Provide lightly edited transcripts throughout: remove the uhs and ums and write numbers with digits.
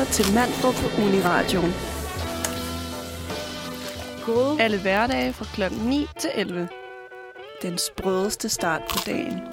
lytter til Manfred på Uniradioen. Alle hverdage fra klokken 9 til 11. Den sprødeste start på dagen.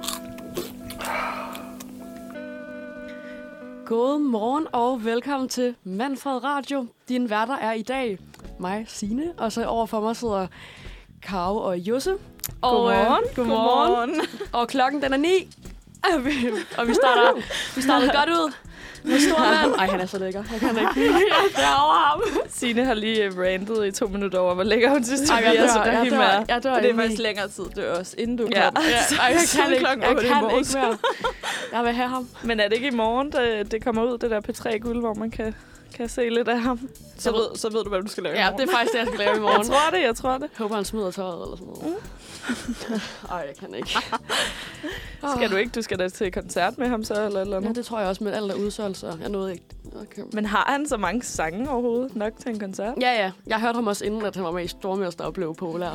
God morgen og velkommen til Manfred Radio. Din værter er i dag mig, Signe, og så overfor mig sidder Karo og Josse. Godmorgen. Godmorgen. Og klokken den er 9. Og vi startede godt ud. Med stor mand. Ej, han er så lækker. Jeg kan ikke. Jeg er over ham. Signe har lige rantet i 2 minutter over, hvor lækker hun synes, jeg dør. Og det er faktisk længere tid, det er også, inden du ja. kan. Jeg kan ikke mere. Jeg vil have ham. Men er det ikke i morgen, det kommer ud, det der P3-guld, hvor man kan se lidt af ham? Så ved du, hvad du skal lave i morgen. Ja, det er faktisk det, jeg skal lave i morgen. Jeg tror det. Håber, han smider tøjet eller sådan noget. Ej, jeg kan ikke. Skal du ikke? Du skal da til koncert med ham så, eller noget? Ja, det tror jeg også, med alt der udsolgt, jeg nåede ikke. Okay. Men har han så mange sange overhovedet nok til en koncert? Ja. Jeg hørte ham også inden, at han var med i Stormester og blev populær.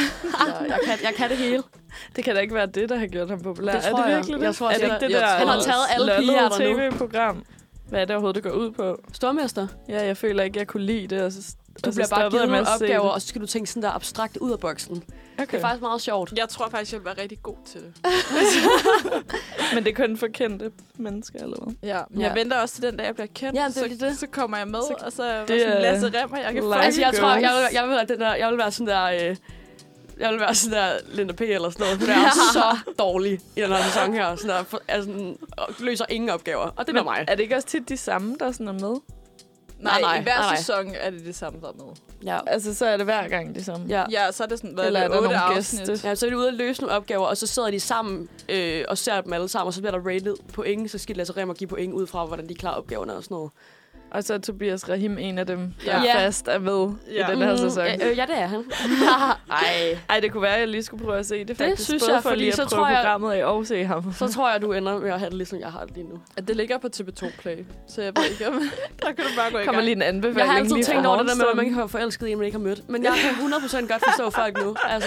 jeg kan det hele. Det kan da ikke være det, der har gjort ham populær. Det tror er det virkelig det? Jeg tror, er det ikke det der han har taget alle piger der nu. TV-program? Hvad er det overhovedet, det går ud på? Stormester? Ja, jeg føler ikke, jeg kunne lide det. Og så, du bliver bare givet nogle opgaver, og så skal du tænke sådan der abstrakt ud af boksen. Okay. Det er faktisk meget sjovt. Jeg tror faktisk, jeg vil være rigtig god til det. Men det er kun for kendte mennesker, eller hvad? Ja, jeg venter også til den dag, jeg bliver kendt. Ja, så kommer jeg med, og så er det sådan Lasse Remmer, jeg kan altså, jeg tror, jeg vil være sådan der... Jeg vil være sådan der Linda P. eller sådan noget. Hun er så dårlig i den her sæson her. Sådan der, løser ingen opgaver. Og det er mig. Er det ikke også tit de samme, der sådan er med? Nej, i hver sæson er det samme, der er med. Ja. Altså, så er det hver gang det samme? Ja, så er det sådan, eller er der nogle gæster? Ja, så er de ude at løse nogle opgaver, og så sidder de sammen og ser dem alle sammen, og så bliver der rated point, så skal Lasse Remmer give point ud fra, hvordan de klarer opgaverne og sådan noget. Og så er Tobias Rahim en af dem, der fast er med i den her sæson. Ja, det er han. Ej, det kunne være, at jeg lige skulle prøve at se det. Det synes jeg, fordi så tror jeg programmet af og se ham. Så tror jeg, du ender med at have det ligesom jeg har det lige nu. At det ligger på TV2 Play, så jeg ved ikke om... Der kan du bare gå i gang. Kommer lige en anbefaling. Jeg har altid tænkt over det der med, at man kan være forelsket i en, man ikke har mødt. Men jeg kan 100% godt forstå folk nu. Altså...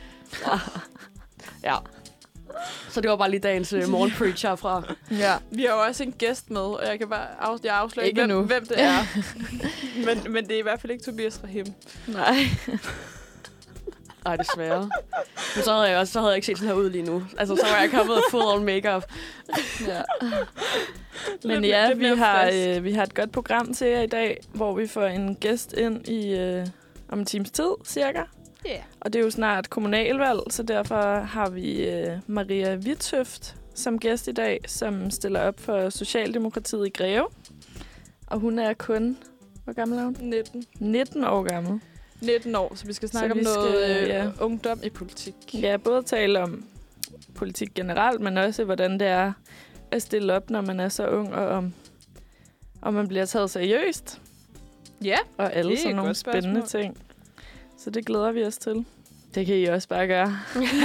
Ja. Så det var bare lige dagens morgenpreach herfra. Ja. Vi har jo også en gæst med, og jeg kan bare afsløre ikke hvem det er. men det er i hvert fald ikke Tobias Rahim. Nej. Ej, desværre. Men så havde jeg ikke set sådan her ud lige nu. Altså, så var jeg kommet full on makeup. Ja. Men ja, vi har et godt program til jer i dag, hvor vi får en gæst ind i om en times tid, cirka. Yeah. Og det er jo snart kommunalvalg, så derfor har vi Maria Vithøft som gæst i dag, som stiller op for Socialdemokratiet i Greve. Og hun er kun... Hvor gammel er hun? 19 år gammel. 19 år, så vi skal snakke om noget ungdom i politik. Ja, både tale om politik generelt, men også hvordan det er at stille op, når man er så ung, og om man bliver taget seriøst. Ja, og alle sådan nogle spændende ting. Så det glæder vi os til. Det kan I også bare gøre.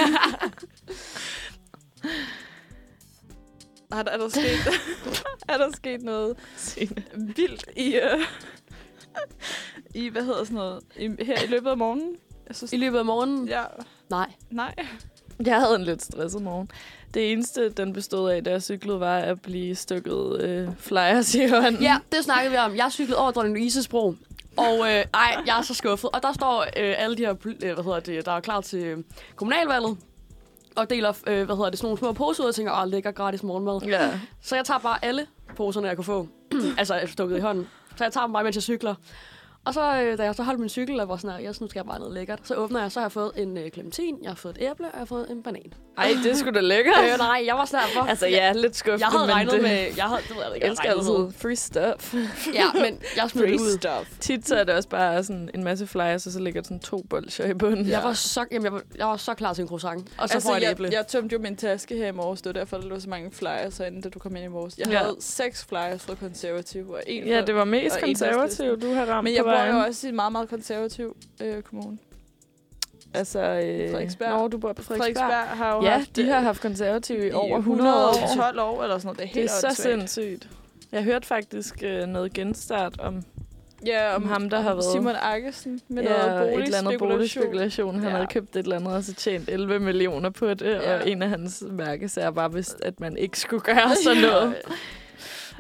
Er der sket noget vildt i hvad hedder sådan noget, her i løbet af morgenen? I løbet af morgenen? Ja. Nej. Jeg havde en lidt stresset morgen. Det eneste, den bestod af, da jeg cyklede, var at blive stykket flyers i hånden. Ja, det snakkede vi om. Jeg cyklede over Dronning Louises Bro. Og jeg er så skuffet. Og der står alle de her, der er klar til kommunalvalget. Og deler, sådan nogle små poser ud og tænker, lækker gratis morgenmad. Ja. Så jeg tager bare alle poserne, jeg kunne få. Altså, stukket i hånden. Så jeg tager dem bare, mens jeg cykler. Og så, da jeg så holdt min cykel, og var sådan, nu skal jeg bare noget lækkert. Så åbner jeg, så har jeg fået en clementin, jeg har fået et æble, og jeg har fået en banan. Ej, det skulle da lækkert. Nej, jeg var sådan her. Altså, ja, lidt skuffet. Jeg havde regnet med... det ved jeg ikke. Jeg elsker altid free stuff. Ja, men jeg smed det ud. Tit så er det også bare sådan en masse flyers, og så ligger der sådan 2 bolcher i bunden. Jeg var så klar til en croissant. Og så får jeg et æble. Jeg tømte jo min taske her i morges. Det var derfor, der lå så mange flyers herinde, da du kom ind i morges. Jeg havde 6 flyers fra Konservativ, og en fra... Ja, det var mest Konservativ, du har ramt. Men jeg bor jo også i en meget, meget konservativ kommune. Altså, Frederiksberg. Når du bor på Frederiksberg har jo haft... de har haft konservative i over 112 år eller sådan noget. Det er helt så sindssygt. Jeg hørte faktisk noget genstart om ham, der har været... Simon Akkesen med noget et eller andet boligspekulation. Han havde købt et eller andet, og så tjent 11 millioner på det. Og en af hans mærkesager var vist, at man ikke skulle gøre sådan noget.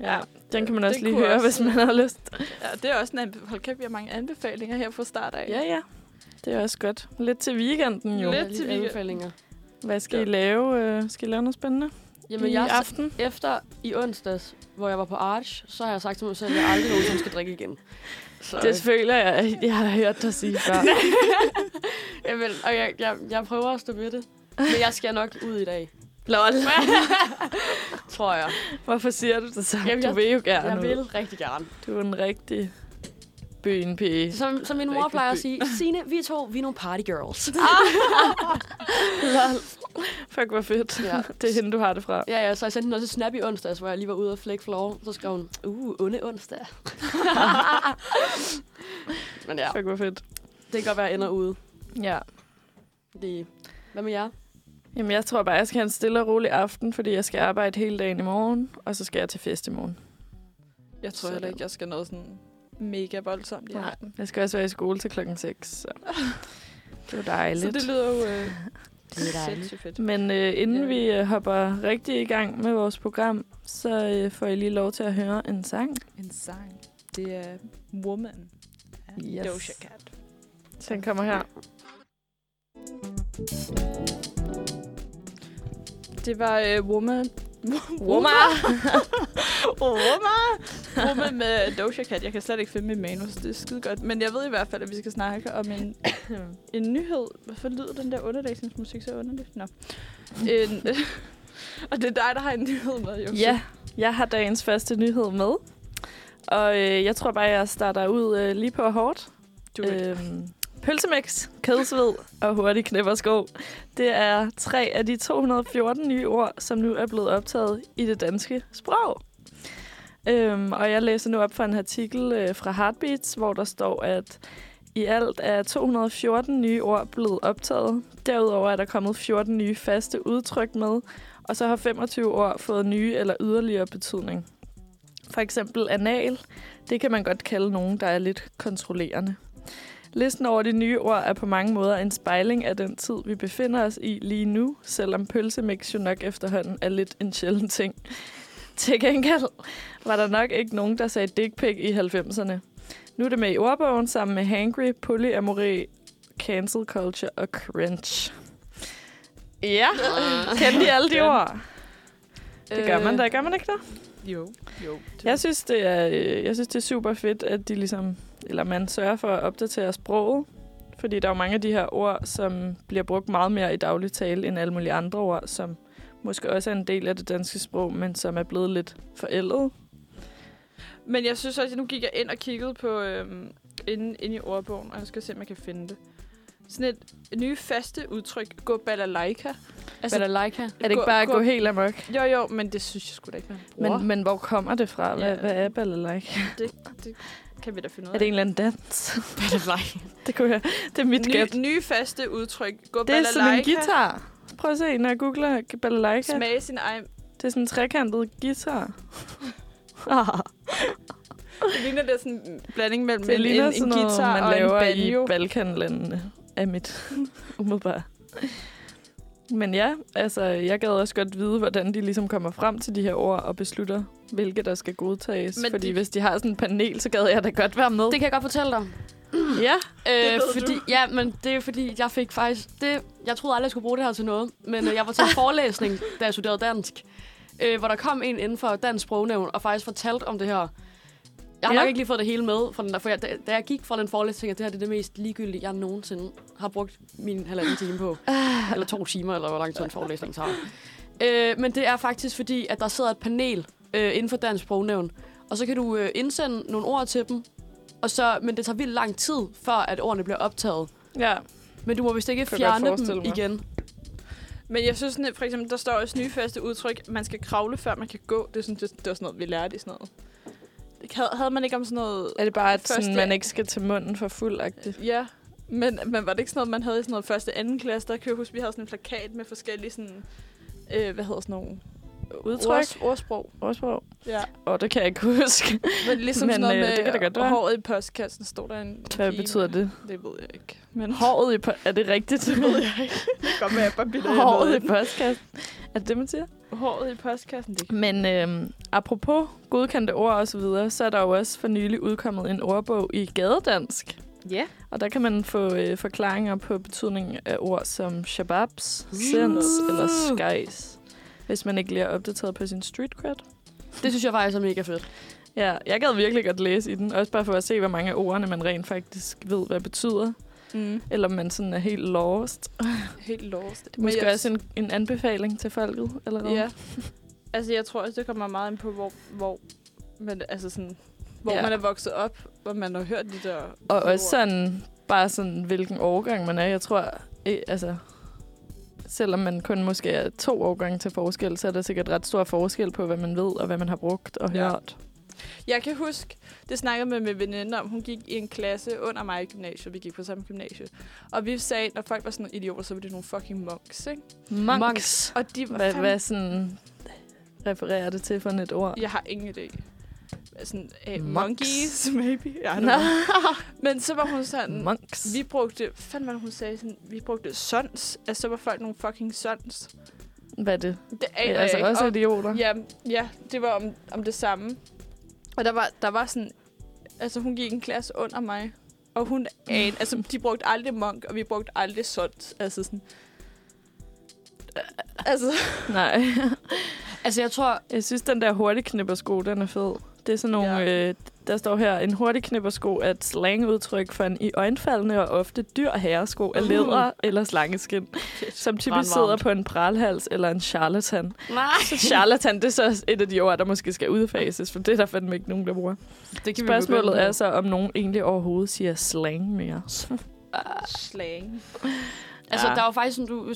Ja, den kan man også Det lige kunne høre, også- hvis man har lyst. Ja, det er også en hold kæft, vi har mange anbefalinger her fra start af. Ja. Det er også godt. Lidt til weekenden jo. Lidt Lidt til til anbefalinger. Hvad skal I lave? Skal I lave noget spændende Jamen, i aften? Efter i onsdags, hvor jeg var på Arch, så har jeg sagt til mig selv, at jeg aldrig nogensinde skal drikke igen. Så, Det føler jeg har hørt dig sige før. jamen, og jeg prøver at stå ved det. Men jeg skal nok ud i dag. Lol. Tror jeg. Hvorfor siger du det så? Jamen, Du vil jo gerne Jeg ud. vil rigtig gerne. Du er en rigtig bønpige. Som min mor Rigtig plejer at by. sige, Signe, vi er nogle party girls. Fuck, hvor fedt. Ja. Det er hende, du har det fra. Ja, så jeg sendte hende også et snap i onsdags, hvor jeg lige var ude og flække floor. Så skrev hun, onde onsdag. Men ja, Fuck, hvor fedt. det kan godt være, at jeg ender ude. Ja. Hvad med jer? Jamen, jeg tror bare, jeg skal have en stille og rolig aften, fordi jeg skal arbejde hele dagen i morgen, og så skal jeg til fest i morgen. Jeg tror heller ikke, jeg skal noget sådan mega voldsomt i Nej, aften. jeg skal også være i skole til 6:00, så det er jo dejligt. Så det lyder jo Det er dejligt. sindssygt fedt. Men inden Ja. vi hopper rigtig i gang med vores program, så får I lige lov til at høre en sang. En sang. Det er Woman af Yes. Doja Cat. Den kommer her. Det var Woman. Woman med Doja Cat. Jeg kan slet ikke finde mit manus. Det er skide godt. Men jeg ved i hvert fald, at vi skal snakke om en nyhed. Hvorfor lyder den der underlægningsmusik så underligt? Nå. Og det er dig, der har en nyhed med, Jose. Ja, jeg har dagens første nyhed med. Og jeg tror bare, jeg starter ud lige på hårdt. Pølsemix, kædesved og hurtig knæppersko. Det er 3 af de 214 nye ord, som nu er blevet optaget i det danske sprog. Og jeg læser nu op fra en artikel fra Heartbeats, hvor der står, at i alt er 214 nye ord blevet optaget. Derudover er der kommet 14 nye faste udtryk med, og så har 25 ord fået nye eller yderligere betydning. For eksempel anal, det kan man godt kalde nogen, der er lidt kontrollerende. Listen over de nye ord er på mange måder en spejling af den tid, vi befinder os i lige nu, selvom pølsemix jo nok efterhånden er lidt en sjælden ting. Til gengæld var der nok ikke nogen, der sagde dick pic i 90'erne. Nu er det med i ordbogen sammen med hangry, polyamory, cancel culture og cringe. Ja, kender de alle de ord? Det gør man da, gør man ikke det? Jo. Jeg synes, det er super fedt, at de ligesom, eller man sørger for at opdatere sproget. Fordi der er jo mange af de her ord, som bliver brugt meget mere i daglig tale end alle mulige andre ord, som måske også er en del af det danske sprog, men som er blevet lidt forældet. Men jeg synes også, at nu gik jeg ind og kiggede på inde i ordbogen, og jeg skal se, om jeg kan finde det. Sådan et nye faste udtryk, gå balalaika. Altså, balalaika. Er det ikke bare at gå helt amok? Jo, men det synes jeg sgu da ikke, man bruger. Men hvor kommer det fra? Hvad er balalaika? Det kan vi da finde ud af. Er det en eller anden dans? Balalaika. Det er mit gæt. Nye faste udtryk, gå Det er balalaika. som en guitar. Prøv at se, når jeg googler balalaika. Smage sin egen... Det er sådan en trekantet guitar. Det ligner, det er sådan en blanding mellem Det ligner en sådan noget, guitar man og en laver banjo. i Balkanlandene, er mit umiddelbart. Men ja, altså, jeg gad også godt vide, hvordan de ligesom kommer frem til de her ord og beslutter, hvilke der skal godtages. Men fordi hvis de har sådan en panel, så gad jeg da godt være med. Det kan jeg godt fortælle dig. Ja, Fordi, ja, men det er fordi, jeg fik faktisk... Jeg troede aldrig, jeg skulle bruge det her til noget. Men jeg var til en forelæsning, da jeg studerede dansk. Hvor der kom en inden for Dansk Sprognævn og faktisk fortalte om det her. Jeg har nok ikke lige fået det hele med fra den der, for da jeg gik fra den forelæsning, at det her det er det mest ligegyldige, jeg nogensinde har brugt min halvanden time på. Eller 2 timer, eller hvor lang tid en forelæsning tager. Men det er faktisk fordi, at der sidder et panel inden for Dansk Sprognævn, og så kan du indsende nogle ord til dem, men det tager vildt lang tid, før at ordene bliver optaget. ja. Men du må vist ikke Kan jeg godt fjerne forestille dem mig. igen. Men jeg synes, sådan, for eksempel, der står også nye faste udtryk. Man skal kravle, før man kan gå. Det var sådan noget, vi lærte i sådan noget. Havde man ikke om sådan noget... Er det bare, at sådan, Første- man ikke skal til munden for fuldagtigt? Ja, men var det ikke sådan noget, man havde i sådan noget første anden klasse? Der kan jeg huske, vi havde sådan en plakat med forskellige sådan... hvad hedder sådan nogle... udtryk. Ordsprog. Ja. Det kan jeg ikke huske. Men ligesom Men, sådan noget med det kan da godt være. håret i postkassen, står der en Hvad pige betyder med. det? Det ved jeg ikke. Men Håret i er det rigtigt? det ved jeg ikke. Det kan godt være, jeg bare bilder Håret i postkassen. Er det det, man siger? Håret i postkassen, det Men apropos godkendte ord og så videre, så er der jo også for nylig udkommet en ordbog i gadedansk. Ja. Og der kan man få forklaringer på betydningen af ord som shababs, sens eller skies, hvis man ikke lige er opdateret på sin street cred. Det synes jeg faktisk er mega fedt. Ja, jeg gad virkelig godt læse i den, også bare for at se, hvor mange af ordene man rent faktisk ved, hvad betyder. Eller om man sådan er helt lost. Helt lost. Det er måske også en anbefaling til folket, eller Ja. Altså, jeg tror også, det kommer meget ind på, hvor man, altså sådan, hvor man er vokset op, hvor man har hørt de der Og ord. også sådan, bare sådan, hvilken årgang man er. Jeg tror, altså, selvom man kun måske er 2 årgange til forskel, så er der sikkert ret stor forskel på, hvad man ved, og hvad man har brugt og hørt. Jeg kan huske, det snakkede med min veninde om, hun gik i en klasse under mig i gymnasiet, vi gik på samme gymnasie. Og vi sagde, når folk var sådan idioter, så var det nogle fucking monks, ikke? Monks. Og de var Hvad sådan refererer det til for et ord? Jeg har ingen idé. Sådan, Monks. monkeys, maybe. Men så var hun sådan, Monks. vi brugte, hun sagde sådan, vi brugte sons. Altså, så var folk nogle fucking sons. Hvad er det? Det aner Altså jeg ikke. også idioter? Ja, det var om det samme. Og der var sådan, altså hun gik en klasse under mig, og hun altså de brugte aldrig monk, og vi brugte aldrig sons. Altså sådan, altså. Nej. Altså, jeg synes, den der hurtigknippersko, den er fed. Det er sådan nogle, der står her, en hurtigknippersko er et slangudtryk for en iøjnefaldende og ofte dyr herresko af læder eller slangeskin, som typisk sidder på en pralhals eller en charlatan. Nej. Så charlatan, det er så et af de ord, der måske skal udfases, for det er der fandme ikke nogen, der bruger. Det kan Spørgsmålet er så, om nogen egentlig overhovedet siger slang mere. Slang. Altså, der var faktisk sådan,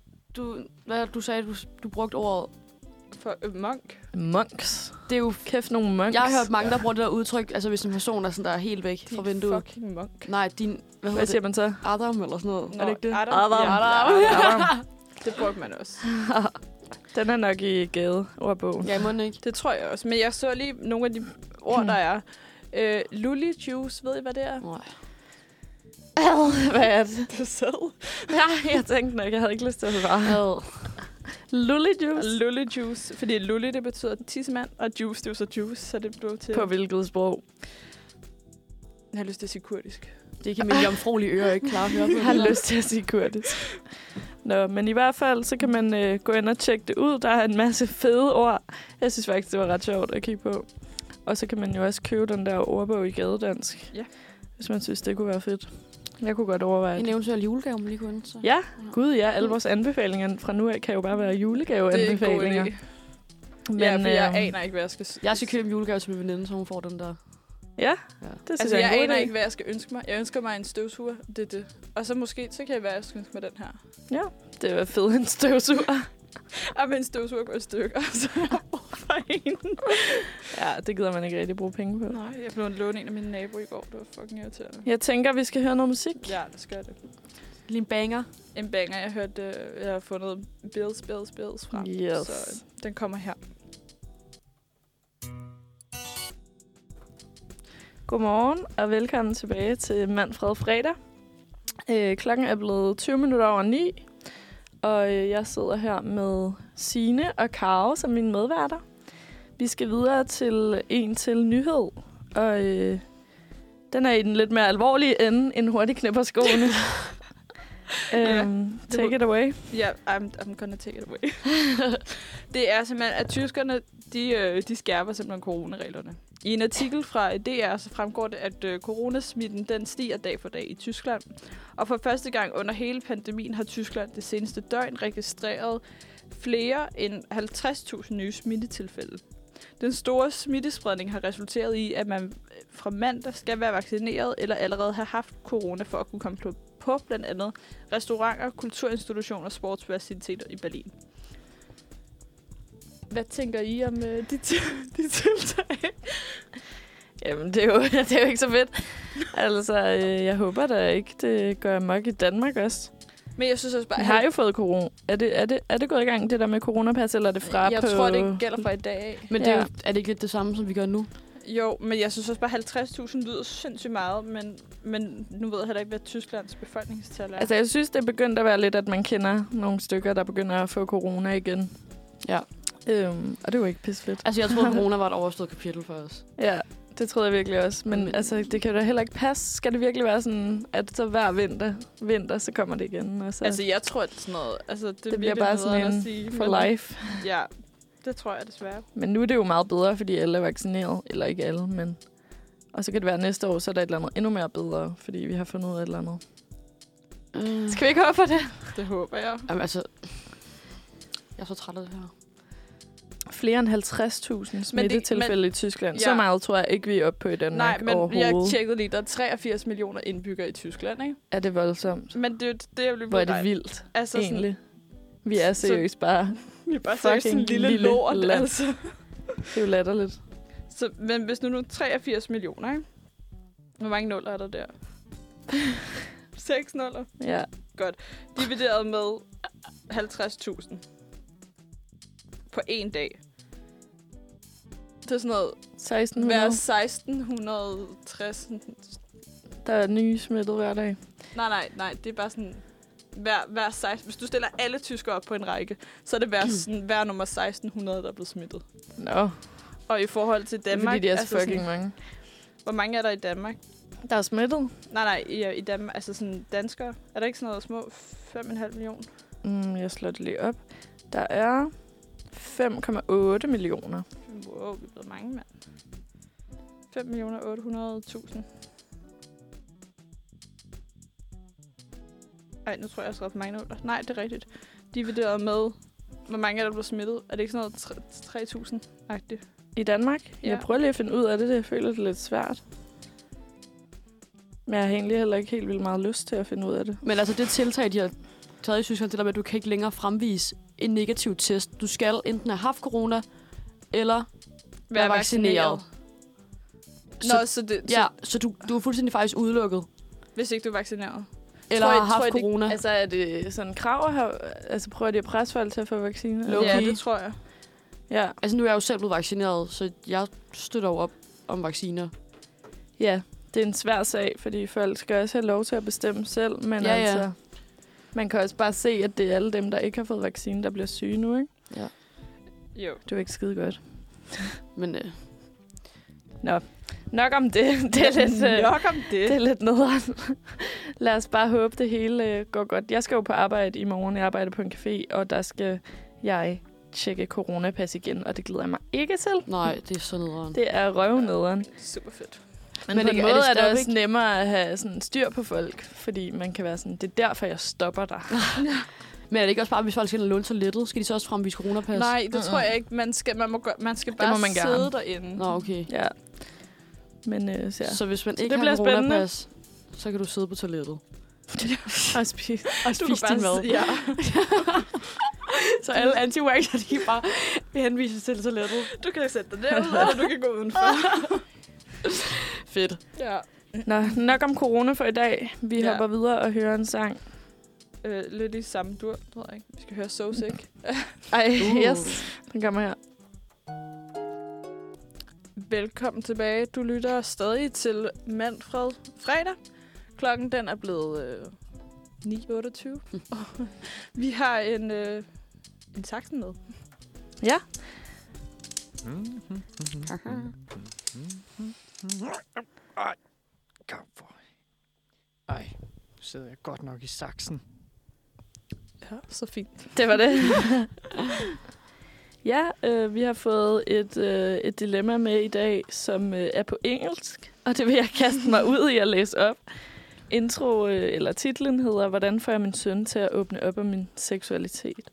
du sagde, du brugte ordet for monk. Monks. Det er jo kæft nogle monks. Jeg har hørt mange, der bruger det der udtryk, altså hvis en person er sådan der helt væk fra vinduet. Fucking monk. Nej, hvad siger man så? Adam eller sådan noget. Nå, er det ikke det? Adam. Det brugte man også. Den er nok i gadeordbogen. Ja, må ikke. Det tror jeg også. Men jeg så lige nogle af de ord, der er. Lully juice, ved I, hvad det er? Nej. Hvad er det? Det er sæd. Ja, jeg tænkte nok, jeg havde ikke lyst til at svare. Lully juice? Lully juice. Fordi lully, det betyder tissemand, og juice, det er jo så juice, så det blev til... På hvilket sprog? Jeg har lyst til at sige kurdisk. Det kan mine jomfruelige ører ikke klare at høre på. Jeg har lyst til at sige kurdisk. Nå, men i hvert fald, så kan man gå ind og tjekke det ud. Der er en masse fede ord. Jeg synes faktisk, det var ret sjovt at kigge på. Og så kan man jo også købe den der ordbog i gadedansk. Ja. Hvis man synes, det kunne være fedt. Jeg kunne godt overveje en eventuel julegave, man lige kunne så. Ja, gud ja. Alle vores anbefalinger fra nu af kan jo bare være julegaveanbefalinger. Det er en god idé. Men, for jeg aner ikke, hvad jeg skal... Jeg skal købe en julegave til min veninde, så hun får den der. Ja, det synes jeg aner ikke, hvad jeg skal ønske mig. Jeg ønsker mig en støvsuger. Det er det. Og så måske, så kan jeg være, at jeg skal ønske mig den her. Ja, det var fedt en støvsuger. Og med en støvsuger går i stykker, så jeg har brug for en. Ja, det gider man ikke rigtig bruge penge på. Nej, jeg blev lånt en af mine naboer i går. Det var fucking irriterende. Jeg tænker, vi skal høre noget musik. Ja, det skal det. Lige en banger. En banger. Jeg har fundet Bills frem. Yes. Så den kommer her. Godmorgen og velkommen tilbage til Manfred Fredag. Klokken er blevet 20 minutter over 9, og jeg sidder her med Signe og Karo som mine medværter. Vi skal videre til en til nyhed, og den er i den lidt mere alvorlige ende end hurtigknipperskoene. Take it away. Ja, I'm gonna take it away. Det er simpelthen, at tyskerne, de skærper simpelthen coronareglerne. I en artikel fra DR så fremgår det, at coronasmitten den stiger dag for dag i Tyskland. Og for første gang under hele pandemien har Tyskland det seneste døgn registreret flere end 50.000 nye smittetilfælde. Den store smittespredning har resulteret i, at man fra mandag skal være vaccineret eller allerede have haft corona for at kunne komme på blandt andet restauranter, kulturinstitutioner og sportsfaciliteter i Berlin. Hvad tænker I om de tiltag? Jamen, det er jo ikke så fedt. Altså, jeg håber da ikke, det gør amok i Danmark også. Men jeg synes også bare... Jeg har jo fået corona. Er det gået i gang, det der med coronapas, eller er det fra Jeg på... tror, det gælder fra i dag af. Men det er, jo, er det ikke lidt det samme, som vi gør nu? Jo, men jeg synes også bare, 50.000 lyder sindssygt meget, men nu ved jeg heller ikke, hvad Tysklands befolkningstal er. Altså, jeg synes, det er begyndt at være lidt, at man kender nogle stykker, der begynder at få corona igen. Ja. Og det var ikke pissefedt. Altså, jeg troede, corona var et overstået kapitel for os. Ja, det troede jeg virkelig også. Men altså, det kan jo da heller ikke passe. Skal det virkelig være sådan, at så hver vinter, så kommer det igen? Og så Altså, jeg tror, at sådan noget... Altså, det bliver bare sådan en sige, for life. Ja, det tror jeg desværre. Men nu er det jo meget bedre, fordi alle er vaccineret. Eller ikke alle, men... Og så kan det være næste år, så er der et eller andet endnu mere bedre, fordi vi har fundet ud af et eller andet. Skal vi ikke håbe på det? Det håber jeg. Jamen, altså... Jeg er så træt af det her. Flere end 50.000 smittetilfælde i Tyskland. Ja. Så meget tror jeg ikke, vi er oppe på i Danmark. Nej, men overhovedet. jeg tjekkede lige, der er 83 millioner indbyggere i Tyskland, ikke? Er det voldsomt? Men det jeg blev hvor er det vildt, altså egentlig. Vi er seriøst bare... Vi er bare seriøst en lille lort, land. altså. Det er jo latterligt. Så, men hvis nu er 83 millioner, ikke? Hvor mange nuller er der der? 6 nuller? Ja. Godt. Divideret med 50.000. På en dag. Det er sådan noget... 1600. Hver 1660... Der er nye smittet hver dag. Nej. Det er bare sådan... Hver 16... Hvis du stiller alle tyskere op på en række, så er det hver nummer 1600, der er blevet smittet. Nå. Og i forhold til Danmark... Fordi de er så altså fucking sådan, mange. Hvor mange er der i Danmark? Der er smittet? Nej, i Danmark. Altså sådan danskere. Er der ikke sådan noget små 5,5 millioner? Jeg slår det lige op. Der er 5,8 millioner. Wow, vi er blevet mange, mand. 5.800.000. Ej, nu tror jeg, jeg har skrevet for mange noter. Nej, det er rigtigt. Divideret med, hvor mange er der blevet smittet? Er det ikke sådan noget 3.000-agtigt? I Danmark? Ja. Jeg prøver lige at finde ud af det. Jeg føler, det er lidt svært. Men jeg har egentlig heller ikke helt vildt meget lyst til at finde ud af det. Men altså, det tiltag, de har taget i Tyskland, det der med, at du kan ikke længere fremvise en negativ test. Du skal enten have haft corona, eller være vaccineret. Så du er fuldstændig faktisk udelukket. Hvis ikke du er vaccineret. Eller har haft corona. Altså, er det sådan krav her? Altså, prøver de at presse folk til at få vacciner? Ja, det tror jeg. Ja. Altså, nu er jeg jo selv blevet vaccineret, så jeg støtter jo op om vacciner. Ja, det er en svær sag, fordi folk skal også have lov til at bestemme selv. Men altså, man kan også bare se, at det er alle dem, der ikke har fået vaccine, der bliver syge nu, ikke? Ja. Jo. Det er ikke skide godt. Men Nå, nok om det. Det er lidt, nok om det. Det er lidt nederen. Lad os bare håbe, det hele går godt. Jeg skal jo på arbejde i morgen. Jeg arbejder på en café, og der skal jeg tjekke coronapas igen, og det glæder jeg mig ikke til. nej, det er så nederen. Det er røvnederen. Super fedt. Men på en måde er det også nemmere at have sådan styr på folk, fordi man kan være sådan, det er derfor, jeg stopper dig. Men er det ikke også bare, hvis folk skal låne toilettet, skal de så også fremvise coronapas? Nej, det tror jeg ikke. Man skal bare sidde derinde. Nå, okay. Ja. Men, så hvis man så ikke har coronapas, så kan du sidde på toilettet. og spise din mad. Ja. Så alle anti-vaxxer, de bare henvises til toilettet. Du kan sætte dig derude, eller du kan gå udenfor. Fedt. Ja. Nå, nok om corona for i dag. Vi hopper videre og hører en sang. Lidt i samme dur, tror jeg ikke. Vi skal høre So Sick. Ej, yes. Den kommer her. Velkommen tilbage. Du lytter stadig til Manfred Fredag. Klokken den er blevet 9:28. Vi har en saxen med. Ja. Ej, kom for. Ej, nu sidder jeg godt nok i saksen. Ja, så fint. Det var det. Ja, vi har fået et dilemma med i dag, som er på engelsk, og det vil jeg kaste mig ud i at læse op. Intro, eller titlen hedder, hvordan får jeg min søn til at åbne op om min seksualitet?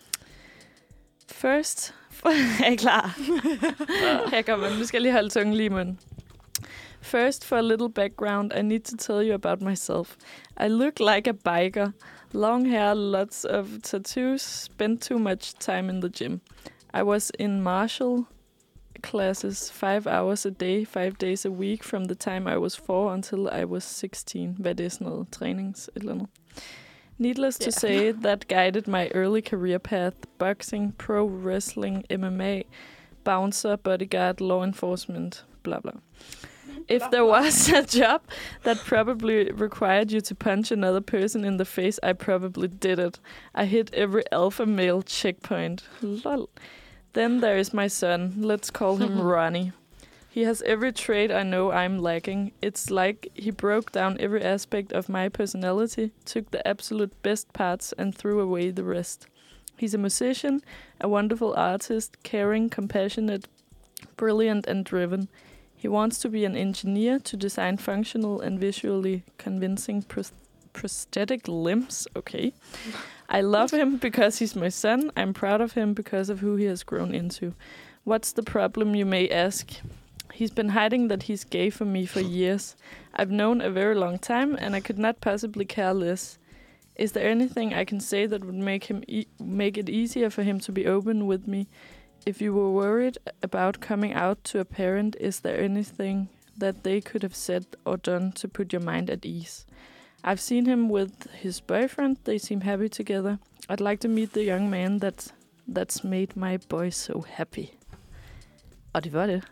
First, er I klar? Her kommer nu skal jeg lige holde tungen lige i munden. First, for a little background, I need to tell you about myself. I look like a biker. Long hair, lots of tattoos, spent too much time in the gym. I was in martial classes 5 hours a day, 5 days a week, from the time I was 4 until I was 16. Hvad det er sådan noget? Trænings et eller andet. Needless to say, that guided my early career path: boxing, pro wrestling, MMA, bouncer, bodyguard, law enforcement, blah blah. If there was a job that probably required you to punch another person in the face, I probably did it. I hit every alpha male checkpoint. Lol. Then there is my son. Let's call him Ronnie. He has every trait I know I'm lacking. It's like he broke down every aspect of my personality, took the absolute best parts and threw away the rest. He's a musician, a wonderful artist, caring, compassionate, brilliant and driven. He wants to be an engineer to design functional and visually convincing prosthetic limbs. Okay. I love him because he's my son. I'm proud of him because of who he has grown into. What's the problem, you may ask? He's been hiding that he's gay from me for years. I've known a very long time, and I could not possibly care less. Is there anything I can say that would make it easier for him to be open with me? If you were worried about coming out to a parent, is there anything that they could have said or done to put your mind at ease? I've seen him with his boyfriend. They seem happy together. I'd like to meet the young man that's made my boy so happy. Og det var det.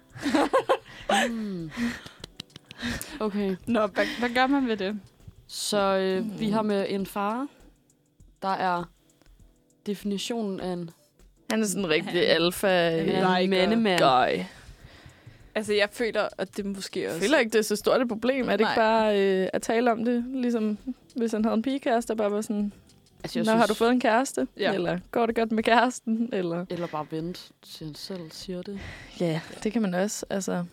Okay. Nå, hvad gør man ved det? Så vi har med en far, der er definitionen af en... Han er sådan en rigtig alfa mandemand. Guy. Altså, jeg føler, at det måske også... Jeg føler ikke, det er så stort et problem. Er det ikke bare at tale om det? Ligesom hvis han havde en pigekæreste, bare var sådan... Altså, har du fået en kæreste? Ja. Eller går det godt med kæresten? Eller bare vent til han selv siger det. Ja, det kan man også. Altså.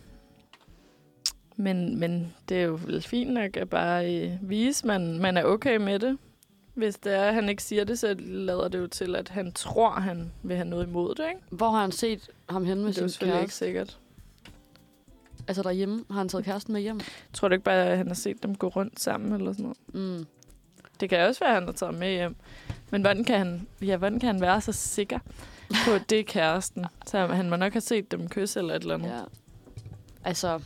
Men det er jo vel fint nok at bare vise, man er okay med det. Hvis det er, at han ikke siger det, så lader det jo til, at han tror, han vil have noget imod det, ikke? Hvor har han set ham henne med sin kæreste? Det er jo ikke sikkert. Altså derhjemme? Har han taget kæresten med hjem? Tror du ikke bare, at han har set dem gå rundt sammen eller sådan noget? Det kan også være, at han har taget med hjem. Men hvordan kan han være så sikker på, at det er kæresten? Så han må nok have set dem kysse eller et eller andet. Ja. Altså...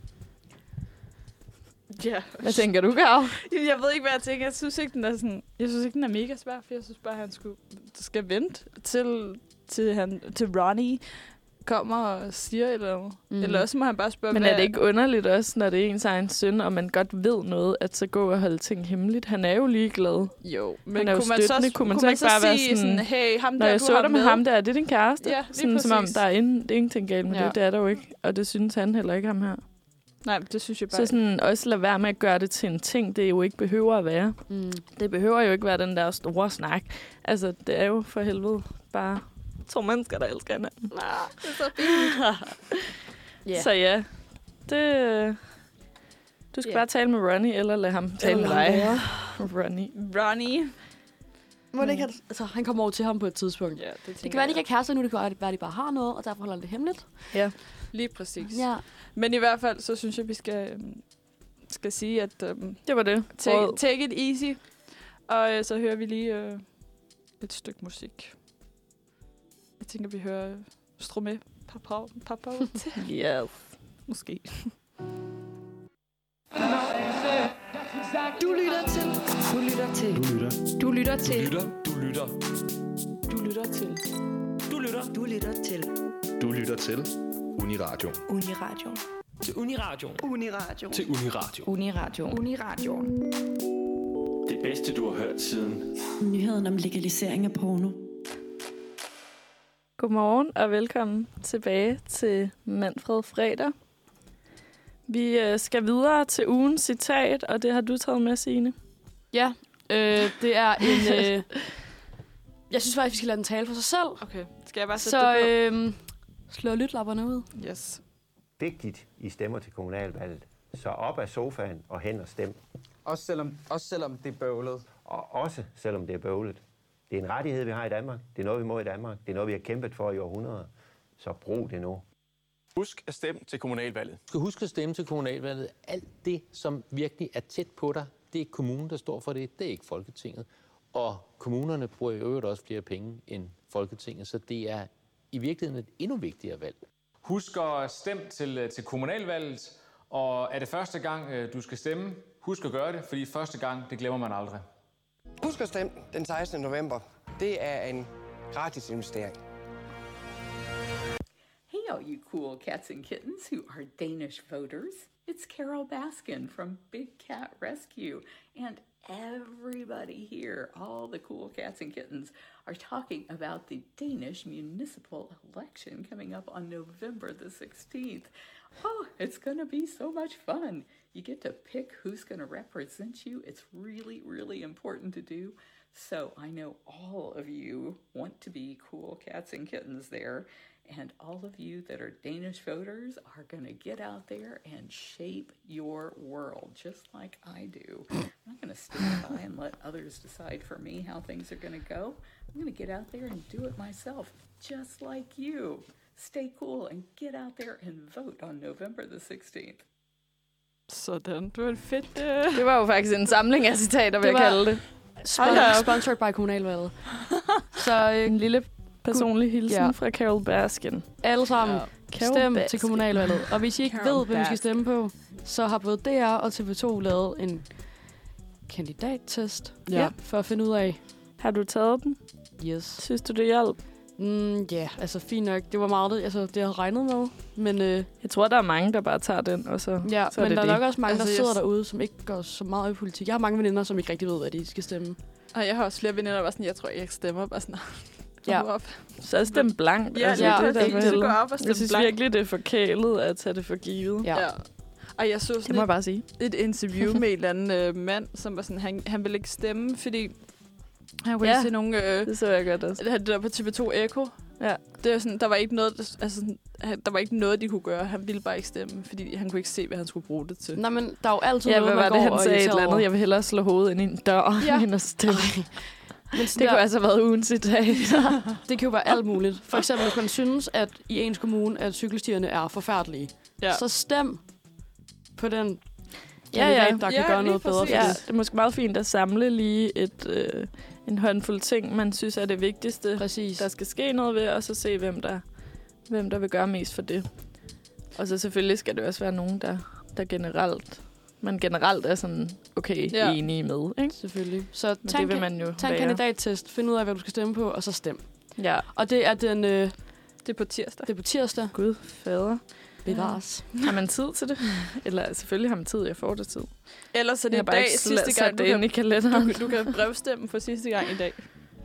Ja. Hvad tænker du, Kav? Jeg ved ikke, hvad jeg tænker. Jeg synes ikke, den er mega svær, for jeg synes bare, han skal vente til Ronnie kommer og siger et eller andet. Eller også må han bare spørge, men er det ikke underligt også, når det er ens egen søn, og man godt ved noget, at så gå og holde ting hemmeligt? Han er jo ligeglad. Jo, men han er jo støttende. Kunne man så ikke bare være sådan, hey, ham når der, jeg så dig med ham der, er det din kæreste? Ja, sådan, som om der er ingenting galt med det. Det er der jo ikke. Og det synes han heller ikke, ham her. Nej, det synes jeg bare. Så sådan, også lad være med at gøre det til en ting, det jo ikke behøver at være. Det behøver jo ikke være den der store snak. Altså, det er jo for helvede bare 2 mennesker, der elsker hinanden. Det er så fint. Yeah. Så ja, det... Du skal bare tale med Ronnie, eller lade ham tale med dig. Ronnie. Må det ikke have, altså, han kommer over til ham på et tidspunkt. Ja, det kan være, at de ikke er kærester nu, det kan være, at de bare har noget, og derfor holder det hemmeligt. Ja, lige præcis. Ja. Men i hvert fald, så synes jeg, vi skal sige, at... det var det. Take it easy. Og så hører vi lige et stykke musik. Jeg tænker, vi hører Stromae. Papa. Yes. Måske. Du lytter til Uniradio. Uniradio. Det bedste, du har hørt siden. Nyheden om legalisering af porno. Godmorgen og velkommen tilbage til Manfred Fredag. Vi skal videre til ugens citat, og det har du taget med, Signe. Ja, det er en... jeg synes faktisk, vi skal lade den tale for sig selv. Okay, skal jeg bare sætte det på? Slå lytlapperne ud. Yes. Vigtigt, I stemmer til kommunalvalget. Så op af sofaen og hen og stem. Også selvom det er bøvlet. Og også selvom det er bøvlet. Det er en rettighed, vi har i Danmark. Det er noget, vi må i Danmark. Det er noget, vi har kæmpet for i århundreder. Så brug det nu. Husk at stemme til kommunalvalget. Du skal huske at stemme til kommunalvalget. Alt det, som virkelig er tæt på dig, det er kommunen, der står for det. Det er ikke Folketinget. Og kommunerne bruger i øvrigt også flere penge end Folketinget, så det er i virkeligheden et endnu vigtigere valg. Husk at stemme til kommunalvalget, og er det første gang, du skal stemme, husk at gøre det, fordi første gang, det glemmer man aldrig. Husk at stemme den 16. november. Det er en gratis investering. Hey, all you cool cats and kittens who are Danish voters. It's Carol Baskin from Big Cat Rescue. And everybody here, all the cool cats and kittens, are talking about the Danish municipal election coming up on November the 16th. Oh, it's going to be so much fun. You get to pick who's going to represent you. It's really, really important to do. So I know all of you want to be cool cats and kittens there. And all of you that are Danish voters are going to get out there and shape your world, just like I do. I'm not going to stand by and let others decide for me how things are going to go. I'm going to get out there and do it myself, just like you. Stay cool and get out there and vote on November the 16th. Sådan, det var et fedt... Det var jo faktisk en samling af citater, vil jeg kalde det. Sponsored by kommunalvalget. Så en lille personlig hilsen fra Carol Baskin. Alle sammen, stem til kommunalvalget. Og hvis I ikke ved, hvem vi skal stemme på, så har både DR og TV2 lavet en kandidattest for at finde ud af. Har du taget den? Yes. Synes du, det hjalp? Ja, altså fint nok. Det var meget det, jeg havde regnet med. Men jeg tror, der er mange, der bare tager den, og så ja, så men er der det er nok også mange, der sidder derude, som ikke går så meget op i politik. Jeg har mange veninder, som ikke rigtig ved, hvad de skal stemme. Og jeg har også flere veninder, der var sådan, jeg tror, jeg ikke stemmer. Bare sådan, op. Så stem blankt. Ja, altså, det er gå op og stemme. Jeg synes virkelig, det er forkælet at tage det for givet. Ja. Og jeg så det må jeg bare sige. Et interview med en eller anden mand, som var sådan, han ville ikke stemme, fordi han kunne ikke se nogen... det så jeg godt også. Det der på TV2 Echo. Ja. Det var sådan, der var ikke noget, der var ikke noget, de kunne gøre. Han ville bare ikke stemme, fordi han kunne ikke se, hvad han skulle bruge det til. Nej, men der er jo altid noget, man går det, han sagde et eller andet. Jeg vil hellere slå hovedet ind i en dør, end at stemme. Men det kunne altså have været ugen citat. Det kan jo være alt muligt. For eksempel, hvis man synes, at i ens kommune, at cykelstierne er forfærdelige, så stem på den kandidat, der kan gøre noget bedre for det. Det er måske meget fint at samle lige en håndfuld ting, man synes er det vigtigste, der skal ske noget ved, og så se, hvem der vil gøre mest for det. Og så selvfølgelig skal det også være nogen, der generelt er sådan enige med. Ikke? Selvfølgelig. Så tag en kandidattest, find ud af, hvad du skal stemme på, og så stem. Ja. Og det er den... det er på tirsdag. Det er på tirsdag. Gud, fader. Bevares. Har man tid til det? Eller selvfølgelig har man tid, jeg får det tid. Ellers er det i dag sidste gang, du kan brevstemme for sidste gang i dag.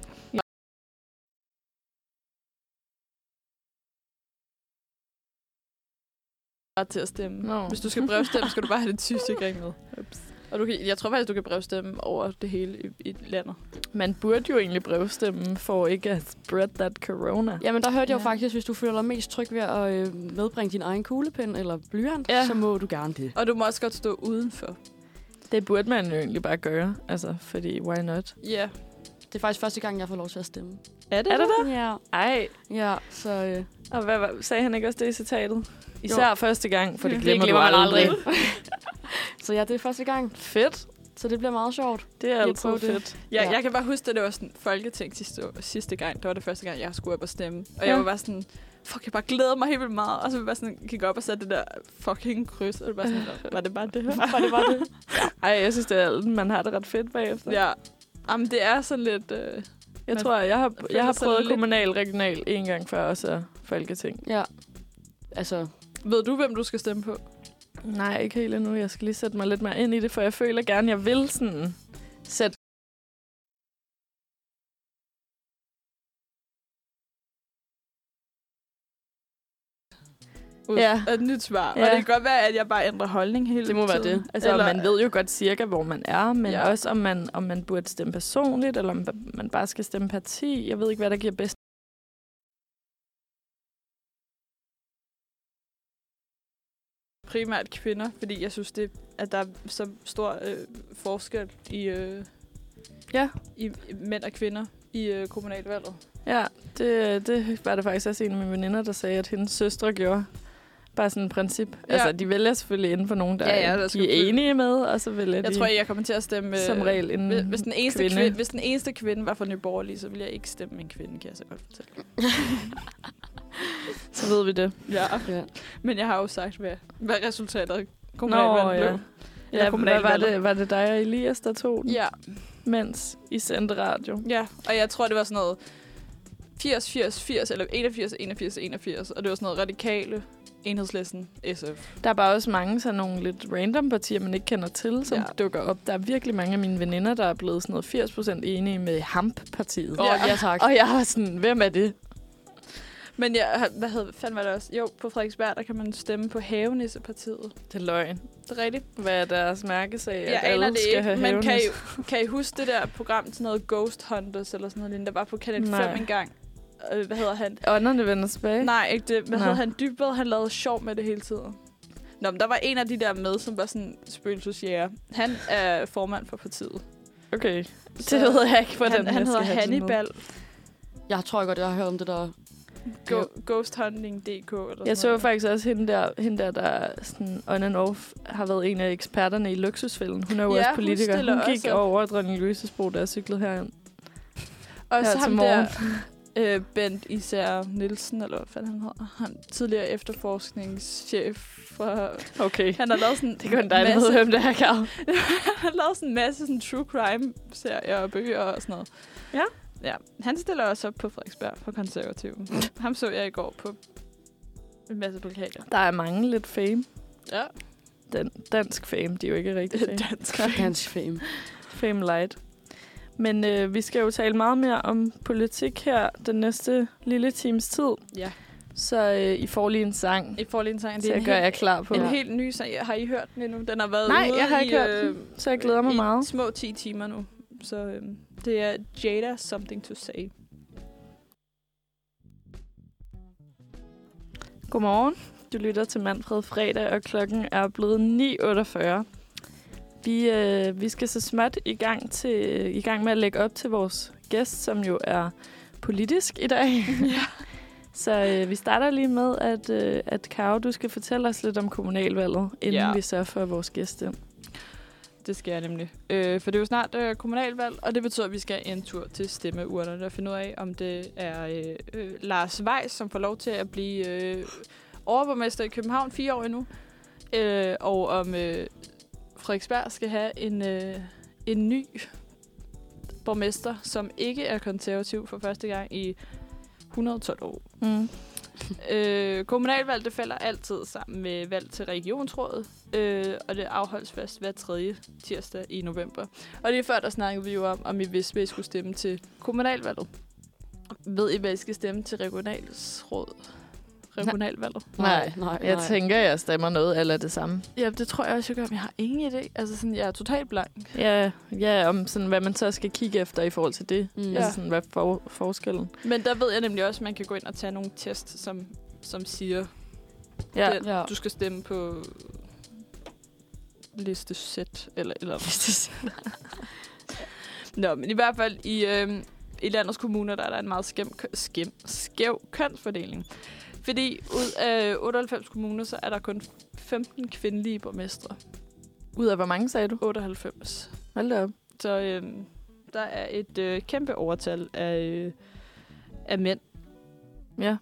Til at stemme. Hvis du skal brevstemme, skal du bare have det sidste gang med. Og jeg tror faktisk, du kan brevstemme over det hele i landet. Man burde jo egentlig brevstemme for ikke at spread that corona. Jamen, der hørte jeg jo faktisk, hvis du føler dig mest tryg ved at medbringe din egen kuglepen eller blyant, så må du gerne det. Og du må også godt stå udenfor. Det burde man jo egentlig bare gøre, altså, fordi why not? Ja. Det er faktisk første gang, jeg får lov til at stemme. Er det det? Ja. Ej. Ja, så... Og hvad sagde han ikke også det i citatet? Især første gang, for det glemmer man aldrig. Så ja, det er første gang. Fedt. Så det bliver meget sjovt. Det er altid fedt. Ja, jeg kan bare huske, at det var sådan Folketing sidste gang. Det var det første gang, jeg skulle op og stemme. Og jeg var bare sådan, jeg bare glæder mig helt vildt meget. Og så bare sådan, kigge op og sætte det der fucking kryds. Og det bare sådan, var det bare det? Var det bare det? Ej, jeg synes, man har det ret fedt bagefter. Ja. Jamen, det er sådan lidt... jeg tror, jeg har prøvet kommunal, regional en gang før, og så Folketing. Ja. Altså... Ved du, hvem du skal stemme på? Nej, ikke helt endnu. Jeg skal lige sætte mig lidt mere ind i det, for jeg føler gerne, jeg vil sådan sætte... Et nyt svar. Ja. Og det kan godt være, at jeg bare ændrer holdning hele tiden. Det må være det. Altså, man ved jo godt cirka, hvor man er, men også om man burde stemme personligt, eller om man bare skal stemme parti. Jeg ved ikke, hvad der giver bedst. Primært kvinder, fordi jeg synes, at der er så stor forskel i mænd og kvinder i kommunalvalget. Ja, det var det faktisk også en af mine veninder, der sagde, at hendes søstre gjorde. Bare sådan et princip. Ja. Altså, de vælger selvfølgelig inden for nogen, der de er enige med, og så vælger de... Jeg tror, jeg kommer til at stemme... Som regel en hvis den eneste kvinde. Hvis den eneste kvinde var fra Nye Borgerlige, så ville jeg ikke stemme en kvinde, kan jeg så godt fortælle. Så ved vi det. Ja. Men jeg har jo sagt, hvad resultatet kommunalvalget blev. Ja, hvad var det dig og Elias, der tog den? Ja. mens I sendte radio. Ja, og jeg tror, det var sådan noget 80, 80, 80, eller 81, 81, 81. Og det var sådan noget radikale, Enhedslisten, SF. Der er bare også mange sådan nogle lidt random partier, man ikke kender til, som dukker op. Der er virkelig mange af mine veninder, der er blevet sådan noget 80% enige med HAMP-partiet. Ja, tak. Og jeg var sådan, hvem er det? Men jeg, fanden var det også? Jo, på Frederiksberg, der kan man stemme på Havenisse-partiet. Det er løgn. Det er rigtigt. Hvad er deres mærkesag, Jeg at aner alle det skal ikke, have men havenisse? kan I huske det der program til noget Ghost Hunters, eller sådan noget, der var på Kanal 5 Nej. engang? Hvad hedder han? Ånderne vender tilbage? Nej, ikke det. Hvad hedder han? Dybvad, han lavede sjov med det hele tiden. Nå, men der var en af de der med, som var sådan spøgelsesjæger. Han er formand for partiet. Okay, Så det ved jeg ikke, hvordan han hedder Hannibal. Jeg tror godt, jeg har hørt om det der. Ghosthunting.dk eller sådan Jeg så noget. faktisk også hende der sådan on and off, har været en af eksperterne i Luksusfælden. Hun er jo også politiker. Hun gik også over Dronning Louises Bro, da jeg cyklede herind. Og her så til ham morgen. der, Bent Især Nielsen, eller hvad fanden han hedder. Han tidligere efterforskningschef fra... Okay. Han har lavet sådan Det kan dig vide, hvem det er, Karl. Han har lavet sådan en masse sådan true crime-serier og bøger og sådan noget. Ja. Ja, han stiller også op på Frederiksberg for Konservative. Ham så jeg i går på en masse plakater. Der er mange lidt fame. Ja. Dansk fame, de er jo ikke rigtig fame. Dansk fame. Fame light. Men vi skal jo tale meget mere om politik her den næste lille times tid. Ja. Så I får lige en sang. I får lige en sang. Så jeg gør jer klar på. En helt ny sang. Har I hørt den endnu? Den har været Nej, ude jeg har ikke hørt den, så jeg glæder mig i meget. små 10 timer nu. Så det er Jada Something to Say. Godmorgen. Du lytter til Manfred Fredag, og klokken er blevet 9:48. Vi skal så småt i gang med at lægge op til vores gæst, som jo er politisk i dag. Ja. Så vi starter lige med, at Karo, du skal fortælle os lidt om kommunalvalget, inden vi så får vores gæst ind. Det skal jeg nemlig. For det er jo snart kommunalvalg, og det betyder, at vi skal en tur til stemmeurnerne og finde ud af, om det er Lars Weiss, som får lov til at blive overborgmester i København 4 år endnu, og om Frederiksberg skal have en ny borgmester, som ikke er konservativ for første gang i 112 år. Mm. Kommunalvalg, det falder altid sammen med valg til regionsrådet, og det afholdes først hver 3. tirsdag i november. Og lige før, der snakkede vi jo om I vidste, hvad I skulle stemme til kommunalvalget. Ved I, hvad I skal stemme til regionalvalget? Nej. Jeg tænker, jeg stemmer noget eller det samme. Ja, det tror jeg også, jeg gør, men jeg har ingen idé. Altså sådan, jeg er totalt blank. Ja, om sådan, hvad man så skal kigge efter i forhold til det. Altså sådan, hvad forskellen. Men der ved jeg nemlig også, at man kan gå ind og tage nogle test, som siger, du skal stemme på liste Z, eller liste Z. Nå, men i hvert fald i landets kommuner, der er der en meget skæv kønsfordeling. Fordi ud af 98 kommuner, så er der kun 15 kvindelige borgmestre. Ud af hvor mange, sagde du? 98. Hold da op. Så der er et kæmpe overtal af mænd. Ja.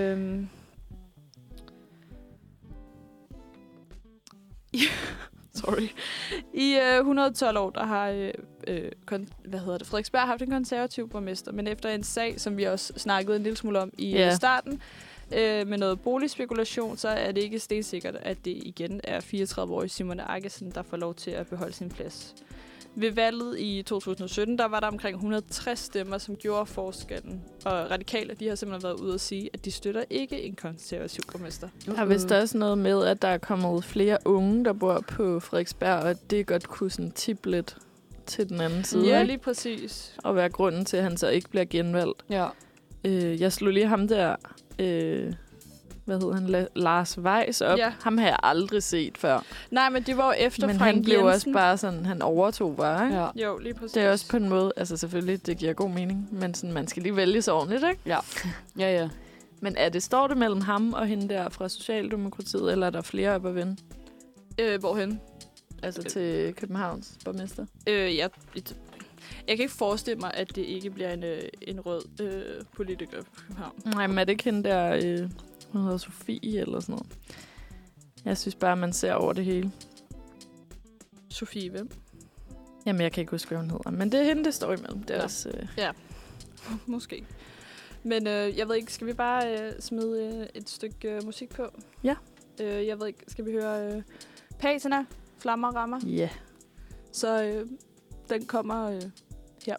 Sorry. I 112 år, der har Frederiksberg haft en konservativ borgmester, men efter en sag, som vi også snakkede en lille smule om i starten, med noget boligspekulation, så er det ikke stensikkert, at det igen er 34-årige Simone Aggesen, der får lov til at beholde sin plads. Ved valget i 2017, der var der omkring 160 stemmer, som gjorde forskellen. Og radikale, de har simpelthen været ude at sige, at de støtter ikke en konservativ borgmester. Der er vist også noget med, at der er kommet flere unge, der bor på Frederiksberg, og det godt kunne sådan tippe lidt til den anden side. Ja, lige præcis. Og være grunden til, at han så ikke bliver genvalgt. Ja. Jeg slog lige ham der, hvad hedder han, Lars Weiss op. Ja. Ham har jeg aldrig set før. Nej, men det var jo efter men Frank han blev Jensen. også bare sådan, han overtog bare, ikke? Ja. Jo, lige præcis. Det er også på en måde, altså selvfølgelig, det giver god mening, men sådan, man skal lige vælge sig ordentligt, ikke? Ja. Ja. Men står det mellem ham og hende der fra Socialdemokratiet, eller er der flere op at vinde? Hvorhen? Altså til Københavns borgmester? Jeg kan ikke forestille mig, at det ikke bliver en rød politiker på København. Nej, men er det ikke hende der, hun hedder Sofie eller sådan noget? Jeg synes bare, man ser over det hele. Sofie hvem? Jamen, jeg kan ikke huske, hvad hun hedder. Men det er hende, det står imellem. Det er også... Ja, måske. Men jeg ved ikke, skal vi bare smide et stykke musik på? Ja. Jeg ved ikke, skal vi høre Patina, Flammer rammer? Ja. Yeah. Så den kommer her.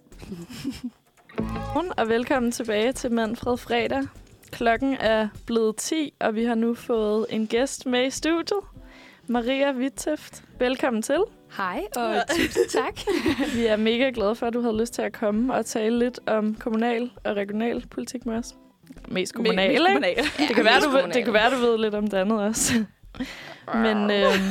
Og velkommen tilbage til Manfred Fredag. Klokken er blevet 10, og vi har nu fået en gæst med i studiet. Maria Vittøft. Velkommen til. Hej, og tusind tak. Vi er mega glade for, at du havde lyst til at komme og tale lidt om kommunal og regional politik med os. Mest kommunal, ikke? Kommunal. Ja, det kan være, du ved lidt om det andet også. Men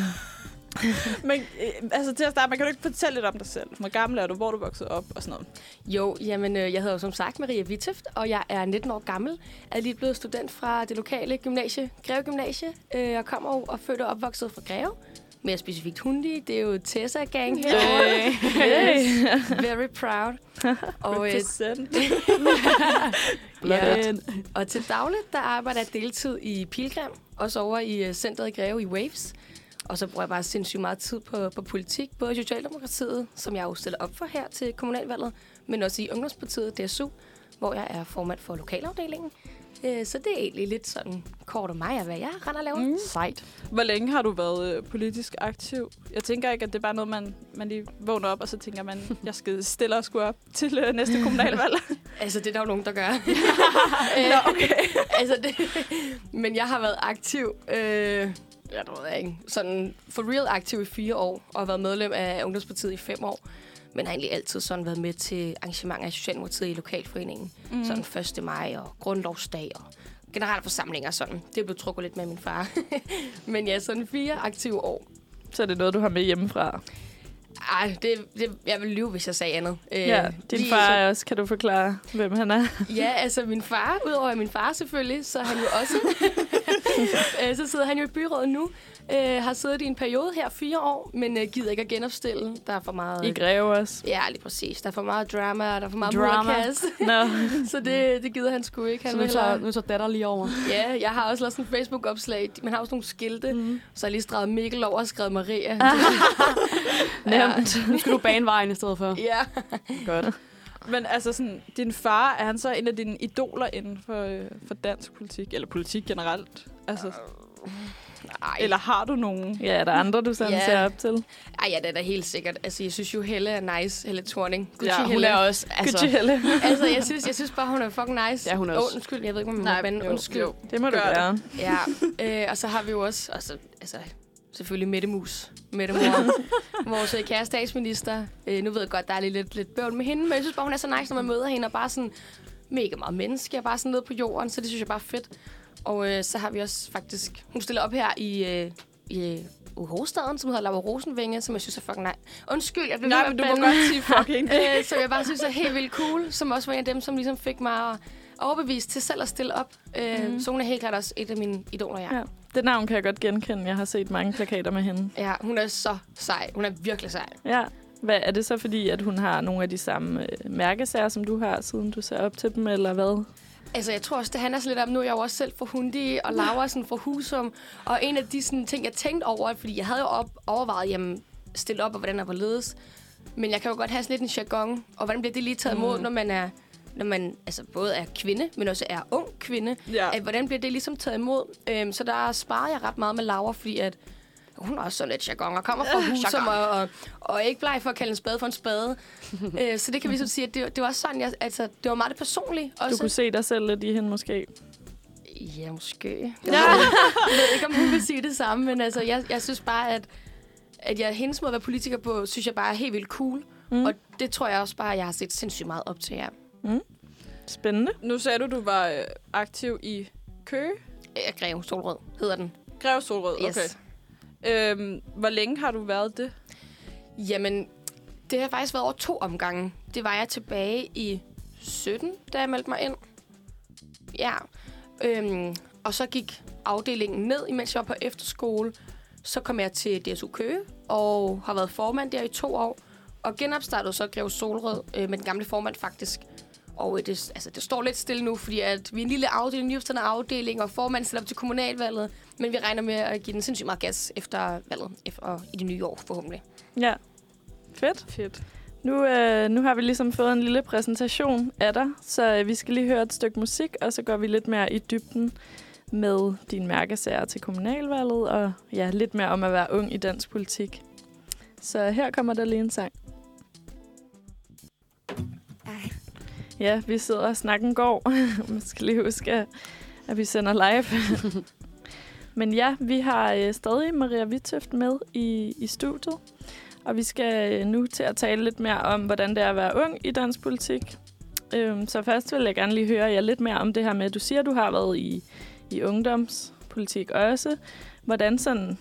altså til at starte, man kan du ikke fortælle lidt om dig selv? Hvor gammel er du? Hvor er du vokset op? Og sådan noget. Jo, jamen, jeg hedder jo som sagt Maria Vittøft, og jeg er 19 år gammel. Jeg er lige blevet student fra det lokale gymnasie, Greve Gymnasie. Jeg kommer og født og opvokset fra Greve. Mere specifikt Hundi. Det er jo Tessa-gang herovre. Yes. Very proud. Og, ja, og til dagligt, der arbejder jeg deltid i Pilgrim, også over i centret i Greve i Waves. Og så bruger jeg bare sindssygt meget tid på politik, både i Socialdemokratiet, som jeg jo stiller op for her til kommunalvalget, men også i Ungdomspartiet, DSU, hvor jeg er formand for lokalafdelingen. Så det er egentlig lidt sådan kort om mig, hvad jeg render og laver. Sejt. Hvor længe har du været politisk aktiv? Jeg tænker ikke, at det er bare noget, man lige vågner op, og så tænker man, jeg skal stille og skulle op til næste kommunalvalg. Altså, det er der jo nogen, der gør. Nå, okay. Altså, men jeg har været aktiv, jeg ved ikke, sådan for real aktiv i 4 år, og har været medlem af Ungdomspartiet i 5 år. Men har egentlig altid sådan været med til arrangementer af Socialdemokratiet i lokalforeningen. Sådan 1. maj og grundlovsdag og generelle forsamlinger sådan. Det blev trukket lidt med min far. Men ja, sådan 4 aktive år. Så er det noget, du har med hjemmefra? Ej, jeg ville lyve, hvis jeg sagde andet. Ja, din far er også. Kan du forklare, hvem han er? Ja, altså min far, udover min far selvfølgelig, så er han jo også. Så sidder han jo i byrådet nu. Har siddet i en periode her 4 år, men gider ikke at genopstille. Der er for meget... I Greve også? Ja, lige præcis. Der er for meget drama, og der er for meget murderkast. No. Så det gider han sgu ikke. Han så nu tager datter lige over. Ja, jeg har også lavet sådan en Facebook-opslag. Man har også nogle skilte, så jeg lige streget Mikkel over og skrevet Maria. Nemt. Nu skal du bane vejen i stedet for. Ja. Godt. Men altså sådan, din far, er han så en af dine idoler inden for dansk politik? Eller politik generelt? Altså... Ej. Eller har du nogen? Ja, er der andre, du sådan ser op til? Ej, ja, det er da helt sikkert. Altså, jeg synes jo, Helle er nice. Helle Thorning. Ja, hun er også. Altså, Helle. Altså, jeg synes bare, hun er fucking nice. Ja, hun er også. Undskyld, jeg ved ikke, om man må bande. Undskyld. Jo, det må du gøre. Ja, og så har vi jo også, altså selvfølgelig Mette Mor, vores kære statsminister. Nu ved jeg godt, der er lidt bøvl med hende, men jeg synes bare, hun er så nice, når man møder hende, og bare sådan mega meget menneske, og bare sådan nede på jorden, så det synes jeg bare er fedt. Og så har vi også faktisk... Hun stiller op her i hovedstaden, som hedder Laura Rosenvinge, som jeg synes er fucking nej. Undskyld, jeg blev nej, men du må godt sige fucking. Som jeg bare synes er helt vildt cool, som også var en af dem, som ligesom fik mig overbevist til selv at stille op. Så hun er helt klart også et af mine idoler, ja. Det navn kan jeg godt genkende. Jeg har set mange plakater med hende. Ja, hun er så sej. Hun er virkelig sej. Ja. Hvad, er det så fordi, at hun har nogle af de samme mærkesager, som du har, siden du ser op til dem, eller hvad? Altså, jeg tror også, det handler så lidt om, nu er jeg jo også selv fra Hundi, og Laura sådan fra Husum. Og en af de sådan, ting, jeg tænkte over, fordi jeg havde jo overvejet, jamen, stille op, og hvordan jeg var ledes. Men jeg kan jo godt have sådan lidt en jargon, og hvordan bliver det lige taget imod, når man altså både er kvinde, men også er ung kvinde. Ja. Hvordan bliver det ligesom taget imod? Så der sparede jeg ret meget med Laura, fordi at hun er også sådan lidt jargon, og kommer fra Husum, og ikke bleg for at kalde en spade for en spade. Så det kan vi så sige, at det var sådan, det var meget det personlige. Også. Du kunne se dig selv lidt i hende måske? Ja, måske. Jeg ved ikke, om hun vil sige det samme, men altså, jeg synes bare, at hendes måde at være politiker på, synes jeg bare er helt vildt cool. Og det tror jeg også bare, jeg har set sindssygt meget op til jer. Spændende. Nu sagde du var aktiv i Køge? Greve Solrød hedder den. Greve Solrød, okay. Yes. Hvor længe har du været det? Jamen, det har faktisk været over 2 omgange. Det var jeg tilbage i 17, da jeg meldte mig ind. Ja. Og så gik afdelingen ned, imens jeg var på efterskole. Så kom jeg til DSU Køge, og har været formand der i 2 år. Og genopstartede så Greve Solrød med den gamle formand faktisk. Og det står lidt stille nu, fordi at vi er en lille afdeling, nyopstående afdeling, og formanden stiller op til kommunalvalget. Men vi regner med at give den sindssygt meget gas efter valget, og i det nye år forhåbentlig. Ja. Fedt. Nu har vi ligesom fået en lille præsentation af dig, så vi skal lige høre et stykke musik, og så går vi lidt mere i dybden med dine mærkesager til kommunalvalget, og ja, lidt mere om at være ung i dansk politik. Så her kommer der lige en sang. Ja, vi sidder og snakken går. Man skal lige huske, at vi sender live. Men ja, vi har stadig Maria Vittøft med i studiet. Og vi skal nu til at tale lidt mere om, hvordan det er at være ung i dansk politik. Så først vil jeg gerne lige høre jer lidt mere om det her med, at du siger, at du har været i ungdomspolitik også. Hvordan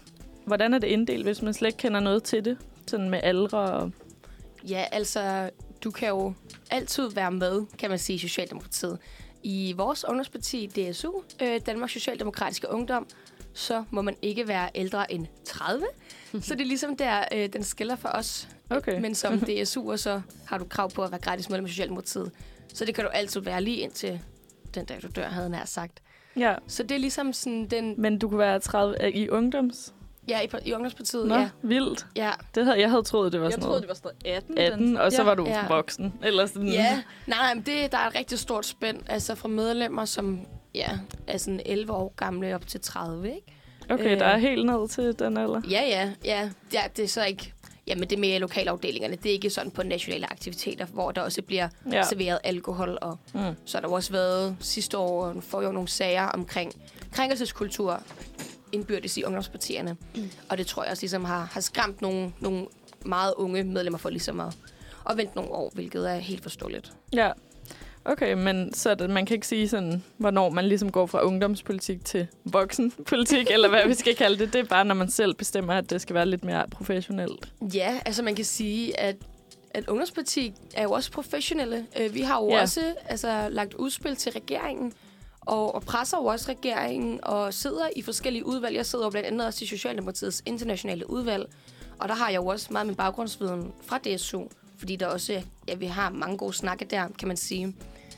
er det inddelt, hvis man slet ikke kender noget til det? Sådan med aldre og... Ja, altså, du kan jo altid være med, kan man sige, i Socialdemokratiet. I vores ungdomsparti, DSU, Danmarks Socialdemokratiske Ungdom, så må man ikke være ældre end 30. Så det er ligesom der, den skiller for os. Okay. Men som DSU'er, så har du krav på at være gratis medlem af Socialdemokratiet. Så det kan du altid være lige indtil den dag, du dør, havde jeg nær sagt. Ja. Så det er ligesom sådan den... Men du kunne være 30 i ungdoms... Ja, i ungdomspartiet, Nå, ja. vildt. Ja. Jeg havde troet, det var sådan noget. Jeg troede, det var sådan 18, og så var du voksen. Eller sådan. Ja, nej, men der er et rigtig stort spænd. Altså fra medlemmer, som er sådan 11 år gamle op til 30, ikke? Okay, der er helt ned til den alder. Ja, det er så ikke... Jamen, det er mere i lokalafdelingerne. Det er ikke sådan på nationale aktiviteter, hvor der også bliver serveret alkohol. Og så har der også været sidste år og forrige nogle sager omkring krænkelseskultur indbyrdes i ungdomspartierne. Og det tror jeg også ligesom har skræmt nogle meget unge medlemmer for ligesom at vente nogle år, hvilket er helt forståeligt. Ja, okay, men så man kan ikke sige sådan, hvornår man ligesom går fra ungdomspolitik til voksenpolitik, eller hvad vi skal kalde det. Det er bare, når man selv bestemmer, at det skal være lidt mere professionelt. Ja, altså man kan sige, at ungdomsparti er jo også professionelle. Vi har jo også lagt udspil til regeringen, og presser jo også regeringen, og sidder i forskellige udvalg. Jeg sidder jo blandt andet også i Socialdemokratiets internationale udvalg, og der har jeg jo også meget min baggrundsviden fra DSU, fordi der også, vi har mange gode snakke der, kan man sige.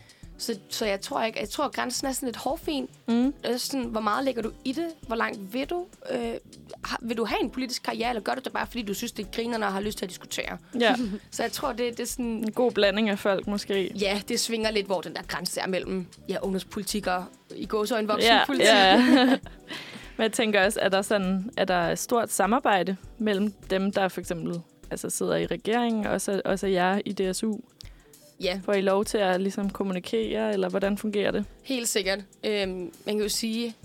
Så jeg tror at grænsen er sådan lidt hårfin. Sådan, hvor meget lægger du i det? Hvor langt vil du? Vil du have en politisk karriere, eller gør du det bare, fordi du synes, det er grinerne og har lyst til at diskutere? Ja. Så jeg tror, det er sådan... En god blanding af folk, måske. Ja, det svinger lidt, hvor den der grænse er mellem ungdomspolitik og i gåseøjne voksenpolitik. Ja. Men jeg tænker også, er der et stort samarbejde mellem dem, der for eksempel sidder i regeringen, og så jer i DSU? Ja. Får I lov til at ligesom kommunikere, eller hvordan fungerer det? Helt sikkert. Man kan jo sige,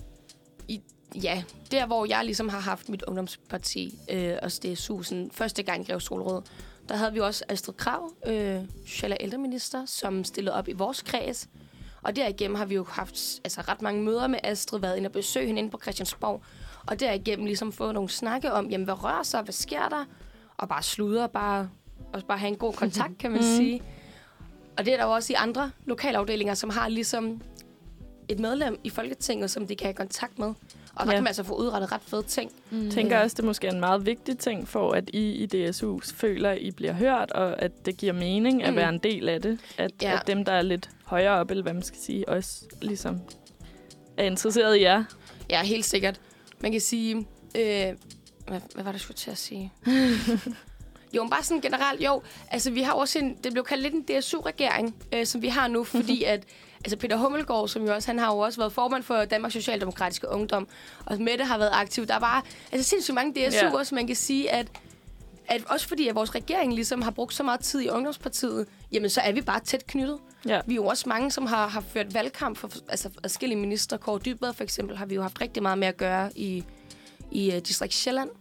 der hvor jeg ligesom har haft mit ungdomsparti, og DSU, sådan første gang i Greve Solrød, der havde vi også Astrid Krag, social- og ældreminister, som stillede op i vores kreds. Og derigennem har vi jo haft ret mange møder med Astrid, været inde og besøge hende inde på Christiansborg, og derigennem ligesom fået nogle snakke om, jamen hvad rører sig, hvad sker der? Og bare sludre, og bare have en god kontakt, kan man sige. Og det er der jo også i andre lokalafdelinger, som har ligesom et medlem i Folketinget, som de kan have kontakt med. Og der kan man få udrettet ret fede ting. Tænker også, det er måske en meget vigtig ting for, at I i DSU føler, at I bliver hørt, og at det giver mening at være en del af det. At dem, der er lidt højere op, eller hvad man skal sige, også ligesom er interesseret i jer. Ja, helt sikkert. Man kan sige... hvad var det, jeg skulle til at sige? Jo, bare sådan generelt, vi har også det blev kaldt lidt en DSU-regering, som vi har nu, fordi at Peter Hummelgaard, som jo også, han har jo også været formand for Danmarks Socialdemokratiske Ungdom, og Mette har været aktiv. Der er bare sindssygt mange DSU'er, som man kan sige, at også fordi at vores regering ligesom har brugt så meget tid i Ungdomspartiet, jamen så er vi bare tæt knyttet. Ja. Vi er jo også mange, som har ført valgkamp for forskellige ministre. Kåre Dybvad for eksempel har vi jo haft rigtig meget med at gøre i Distrikt Sjælland.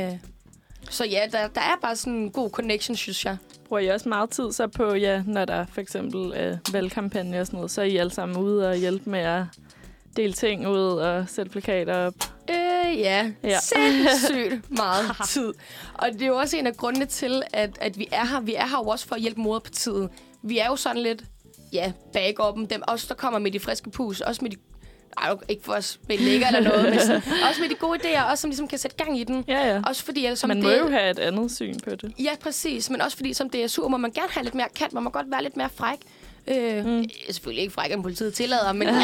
Så ja, der er bare sådan en god connection, synes jeg. Bruger I også meget tid så på, når der for eksempel valgkampagne og sådan noget, så er I alle sammen ude og hjælpe med at dele ting ud og sætte plakater op? Ja. Sindssygt meget tid. Og det er jo også en af grundene til, at vi er her. Vi er her jo også for at hjælpe moderpartiet. Vi er jo sådan lidt, bag-up'en. Dem også, der kommer med de friske pus, også med de ikke for os med lækker eller noget, men også med de gode idéer, også som ligesom kan sætte gang i den. Ja. Også fordi, som man må jo have et andet syn på det. Ja, præcis. Men også fordi, som DSU, må man gerne have lidt mere kant, man må godt være lidt mere fræk. Selvfølgelig ikke fræk, om politiet tillader, men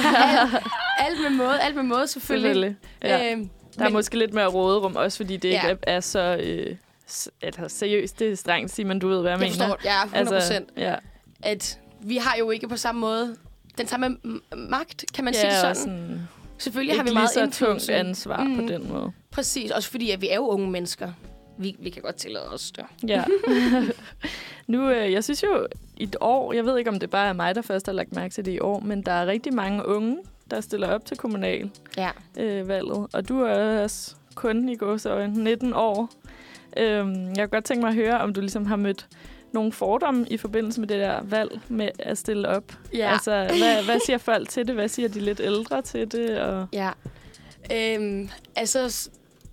alt med måde, selvfølgelig. Ja. Der er måske lidt mere råderum, også fordi det ikke er så seriøst, det er strengt at sige, men du ved, hvad jeg mener. Forstår, ja, 100%. Altså, ja. At vi har jo ikke på samme måde den samme magt, kan man sige det sådan. sådan selvfølgelig har vi meget tungt ansvar på den måde. Præcis, også fordi at vi er jo unge mennesker. Vi kan godt tillade os det. Ja. Nu, jeg synes jo, i et år, jeg ved ikke, om det bare er mig, der først har lagt mærke til det i år, men der er rigtig mange unge, der stiller op til kommunalvalget. Og du er også kun i gåseøjne 19 år. Jeg kan godt tænke mig at høre, om du ligesom har mødt nogle fordomme i forbindelse med det der valg med at stille op. Ja. Altså, hvad siger folk til det? Hvad siger de lidt ældre til det? Og ja. Altså,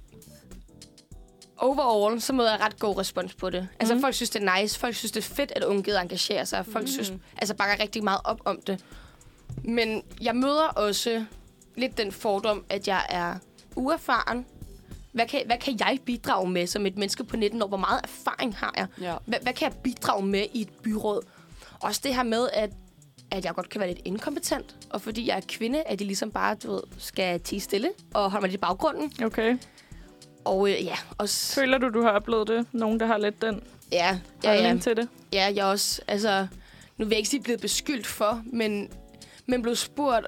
overall, så møder jeg ret god respons på det. Altså, folk synes, det er nice. Folk synes, det er fedt, at unge gider engagere sig. Folk synes, altså, bakker rigtig meget op om det. Men jeg møder også lidt den fordom, at jeg er uerfaren. Hvad kan jeg bidrage med som et menneske på 19 år? Hvor meget erfaring har jeg? Ja. Hvad kan jeg bidrage med i et byråd? Også det her med, at jeg godt kan være lidt inkompetent. Og fordi jeg er kvinde, at de ligesom bare skal tie stille og holde mig lidt i baggrunden. Okay. Og ja, også... Føler du har oplevet det? Nogen, der har lidt den holdning til det? Ja, jeg også. Altså, nu vil jeg ikke sige blevet beskyldt for, men blev spurgt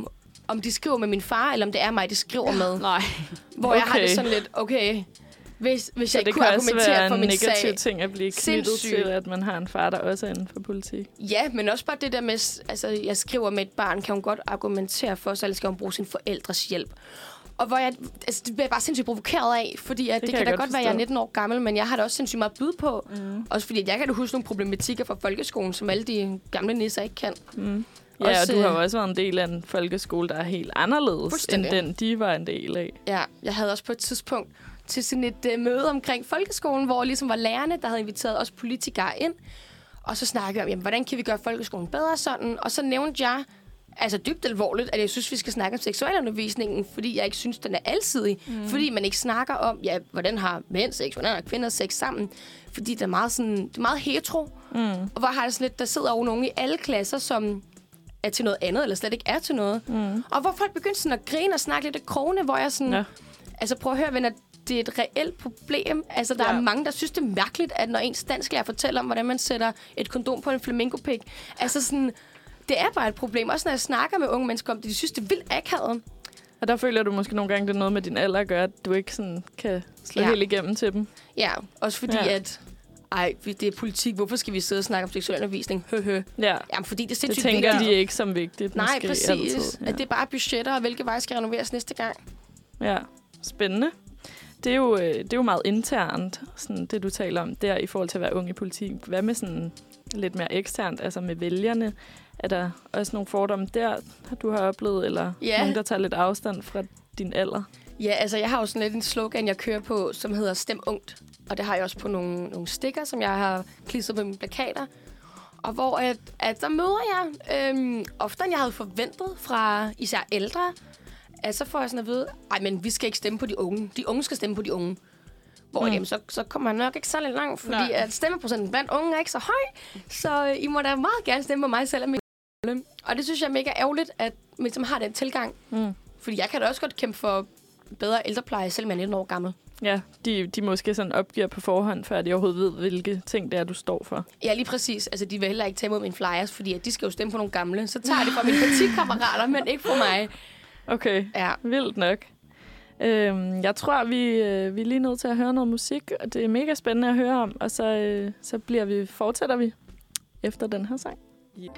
om de skriver med min far, eller om det er mig, de skriver med. Nej. Hvor jeg har det sådan lidt, okay, hvis jeg ikke kunne argumentere for min sag. Det kan også være en negativ ting at blive knyttet til, at man har en far, der også er inden for politik. Ja, men også bare det der med, altså jeg skriver med et barn, kan hun godt argumentere for, så eller skal hun bruge sin forældres hjælp. Og hvor det bliver jeg bare sindssygt provokeret af, fordi at det kan da godt være, at jeg er 19 år gammel, men jeg har da også sindssygt meget at byde på. Også fordi at jeg kan da huske nogle problematikker fra folkeskolen, som alle de gamle nisser ikke kan. Ja, også, og du har jo også været en del af en folkeskole, der er helt anderledes, end den, de var en del af. Ja, jeg havde også på et tidspunkt til sådan et møde omkring folkeskolen, hvor ligesom var lærerne, der havde inviteret os politikere ind. Og så snakkede vi om, jamen, hvordan kan vi gøre folkeskolen bedre sådan? Og så nævnte jeg, altså dybt alvorligt, at jeg synes, vi skal snakke om seksualundervisningen, fordi jeg ikke synes, den er alsidig. Fordi man ikke snakker om, ja, hvordan har mænd sex, hvordan har kvinder sex sammen. Fordi det er meget, sådan, det er meget hetero. Og hvor har det sådan lidt, der sidder jo nogen i alle klasser, som er til noget andet, eller slet ikke er til noget. Og hvor folk begyndte sådan at grine og snakke lidt af krogene, hvor jeg sådan... Ja. Altså prøv at høre, venner, det er et reelt problem. Altså der er mange, der synes, det er mærkeligt, at når ens dansklærer fortæller om, hvordan man sætter et kondom på en flamingopik. Altså sådan... Det er bare et problem. Også når jeg snakker med unge mennesker om det, de synes, det er vildt akavet. Og der føler du måske nogle gange, det er noget med din alder at gøre, at du ikke sådan kan slå helt igennem til dem. Ja, også fordi at... det er politik. Hvorfor skal vi sidde og snakke om seksualundervisning? Ja. Jamen, fordi det er sindssygt vigtigt. Det tænker de ikke som vigtigt. Nej, måske, præcis. Altid. Ja. At det er bare budgetter, og hvilke veje skal renoveres næste gang. Ja, spændende. Det er jo meget internt, sådan det du taler om der, i forhold til at være ung i politik. Hvad med sådan lidt mere eksternt, altså med vælgerne? Er der også nogle fordomme der, du har oplevet, eller nogen, der tager lidt afstand fra din alder? Ja, altså jeg har jo sådan lidt en slogan, jeg kører på, som hedder Stem Ungt. Og det har jeg også på nogle stikker, som jeg har klistret på mine plakater. Og hvor at der møder jeg, ofte end jeg havde forventet fra især ældre, at så får jeg sådan at vide, men vi skal ikke stemme på de unge. De unge skal stemme på de unge. Hvor jamen, så kommer man nok ikke så langt, fordi at stemmeprocenten blandt unge er ikke så høj. Så I må da meget gerne stemme på mig selv og min og det synes jeg er mega ærgerligt, at man ligesom har den tilgang. Fordi jeg kan da også godt kæmpe for bedre ældrepleje, selvom jeg er 19 år gammel. Ja, de måske sådan opgiver på forhånd, før de overhovedet ved, hvilke ting det er, du står for. Ja, lige præcis. Altså, de vil heller ikke tage imod mine flyers, fordi at de skal jo stemme på nogle gamle. Så tager de fra mine partikammerater, men ikke fra mig. Okay, vildt nok. Jeg tror, vi er lige nødt til at høre noget musik, og det er mega spændende at høre om, og så fortsætter vi efter den her sang. Yeah.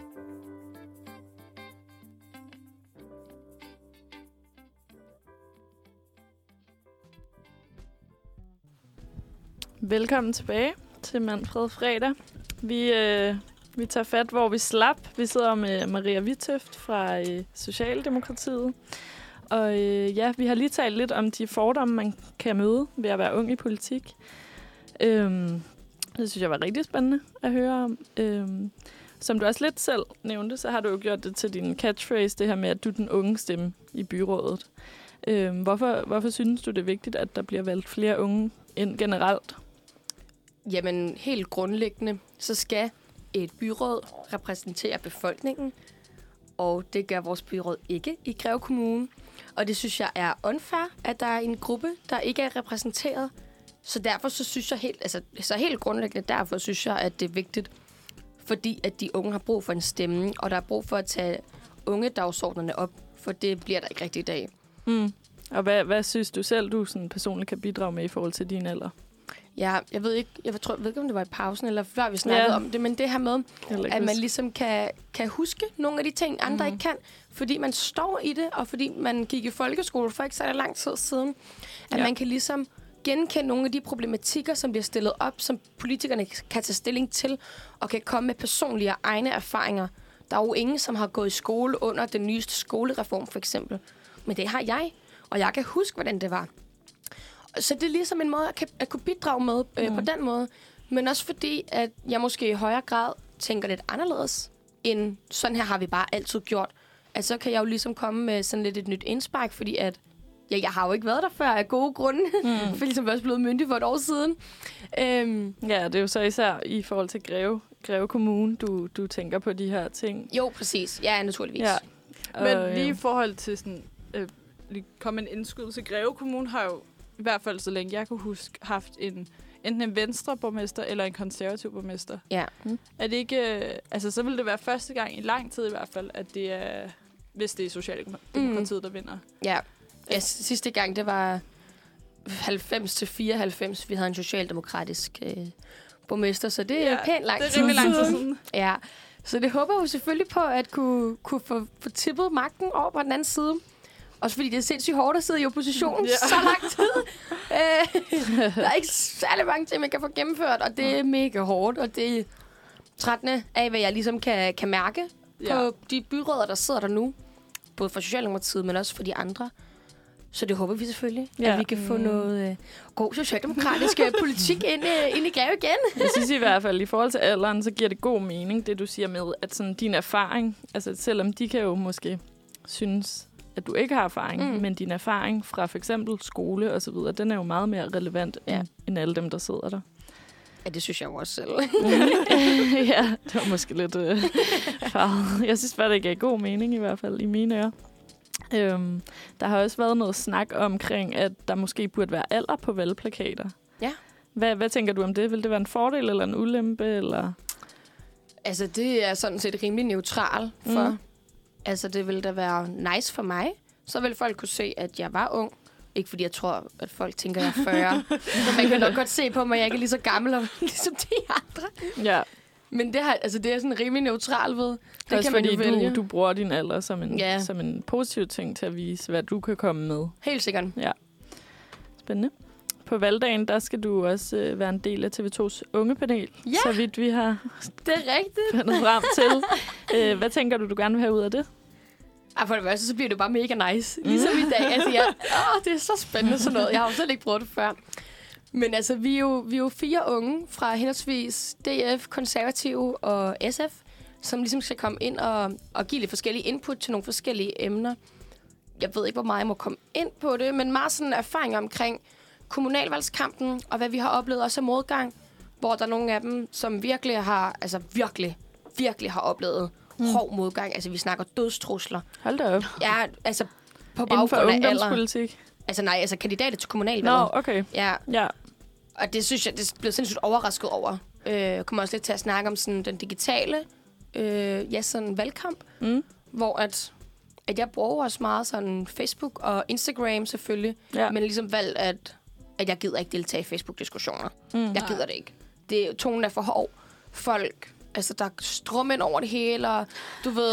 Velkommen tilbage til Manfred Fredag. Vi tager fat, hvor vi slap. Vi sidder med Maria Vittøft fra Socialdemokratiet. Og vi har lige talt lidt om de fordomme, man kan møde ved at være ung i politik. Det synes jeg var rigtig spændende at høre om. Som du også lidt selv nævnte, så har du jo gjort det til din catchphrase, det her med, at du er den unge stemme i byrådet. Hvorfor synes du, det er vigtigt, at der bliver valgt flere unge end generelt? Jamen, helt grundlæggende, så skal et byråd repræsentere befolkningen, og det gør vores byråd ikke i Greve Kommune. Og det synes jeg er unfair, at der er en gruppe, der ikke er repræsenteret. Så derfor så synes jeg helt grundlæggende, derfor synes jeg, at det er vigtigt, fordi at de unge har brug for en stemme, og der er brug for at tage unge dagsordnerne op, for det bliver der ikke rigtig i dag. Og hvad synes du selv, du sådan personligt kan bidrage med i forhold til din alder? Ja, jeg ved ikke, om det var i pausen, eller før vi snakkede om det, men det her med, at man ligesom kan huske nogle af de ting, andre ikke kan, fordi man står i det, og fordi man gik i folkeskole for ikke så lang tid siden, at man kan ligesom genkende nogle af de problematikker, som bliver stillet op, som politikerne kan tage stilling til, og kan komme med personlige og egne erfaringer. Der er jo ingen, som har gået i skole under den nyeste skolereform, for eksempel. Men det har jeg, og jeg kan huske, hvordan det var. Så det er ligesom en måde at kunne bidrage med på den måde. Men også fordi, at jeg måske i højere grad tænker lidt anderledes, end sådan her har vi bare altid gjort. Altså, så kan jeg jo ligesom komme med sådan lidt et nyt indspark, fordi at jeg har jo ikke været der før af gode grunde, for ligesom jeg også blevet myndig for et år siden. Ja, det er jo så især i forhold til Greve Kommune, du tænker på de her ting. Jo, præcis. Ja, naturligvis. Ja. Men lige i forhold til sådan, komme en indskydelse. Greve Kommune har jo, i hvert fald så længe jeg kunne huske, haft enten en venstreborgmester eller en konservativ borgmester. Ja. Er det ikke... så vil det være første gang i lang tid i hvert fald, at det er... Hvis det er Socialdemokratiet, der vinder. Ja. Sidste gang, det var 90-94, vi havde en socialdemokratisk borgmester, så det er pænt lang tid. Det er rimelig lang tid siden. Ja. Så det håber vi selvfølgelig på, at kunne få tippet magten over på den anden side. Også fordi det er sindssygt hårdt at sidde i opposition så lang tid. Der er ikke særlig mange ting, man kan få gennemført, og det er mega hårdt, og det er trættende af, hvad jeg ligesom kan mærke på de byråder, der sidder der nu. Både for Socialdemokratiet, men også for de andre. Så det håber vi selvfølgelig, at vi kan få noget god socialdemokratisk politik ind i Greve igen. Jeg synes i hvert fald, i forhold til alderen, så giver det god mening, det du siger med, at sådan din erfaring, altså selvom de kan jo måske synes, at du ikke har erfaring, men din erfaring fra for eksempel skole og så videre, den er jo meget mere relevant end alle dem, der sidder der. Ja, det synes jeg jo også selv. Ja, det var måske lidt farvet. Jeg synes bare, det gav god mening i hvert fald i mine ører. Der har også været noget snak omkring, at der måske burde være alder på valgplakater. Ja. Hvad tænker du om det? Vil det være en fordel eller en ulempe? Eller? Altså, det er sådan set rimelig neutral for. Altså, det ville da være nice for mig. Så vil folk kunne se, at jeg var ung. Ikke fordi jeg tror, at folk tænker, at jeg er 40. Man kan nok godt se på mig, at jeg ikke er lige så gammel og ligesom de andre. Ja. Men det er sådan rimelig neutral ved. Det også kan man jo vælge. Du bruger din alder som en positiv ting til at vise, hvad du kan komme med. Helt sikkert. Ja. Spændende. På valgdagen, der skal du også være en del af TV2's ungepanel. Ja. Så vidt vi har det er rigtigt. fundet frem til. Hvad tænker du gerne vil have ud af det? For det første, så bliver det bare mega nice. Ligesom i dag. Altså, det er så spændende sådan noget. Jeg har jo selv ikke prøvet det før. Men altså, vi er jo 4 unge fra henholdsvis DF, Konservative og SF, som ligesom skal komme ind og give lidt forskellige input til nogle forskellige emner. Jeg ved ikke, hvor meget jeg må komme ind på det, men meget sådan erfaring omkring kommunalvalgskampen, og hvad vi har oplevet også af modgang, hvor der er nogle af dem, som virkelig har oplevet hård modgang. Altså, vi snakker dødstrusler. Hold da op. Ja, altså på baggrund af alder. Altså kandidater til kommunalvalget. Nå, okay. Ja. Og det synes jeg, det blev sindssygt overrasket over. Jeg kommer også lidt til at snakke om sådan den digitale sådan valgkamp, hvor at jeg bruger også meget sådan Facebook og Instagram selvfølgelig, men ligesom valgt, at jeg gider ikke deltage i Facebook-diskussioner. Jeg gider det ikke. Tonen er for hård. Folk, altså der er strømmen over det hele, og du ved,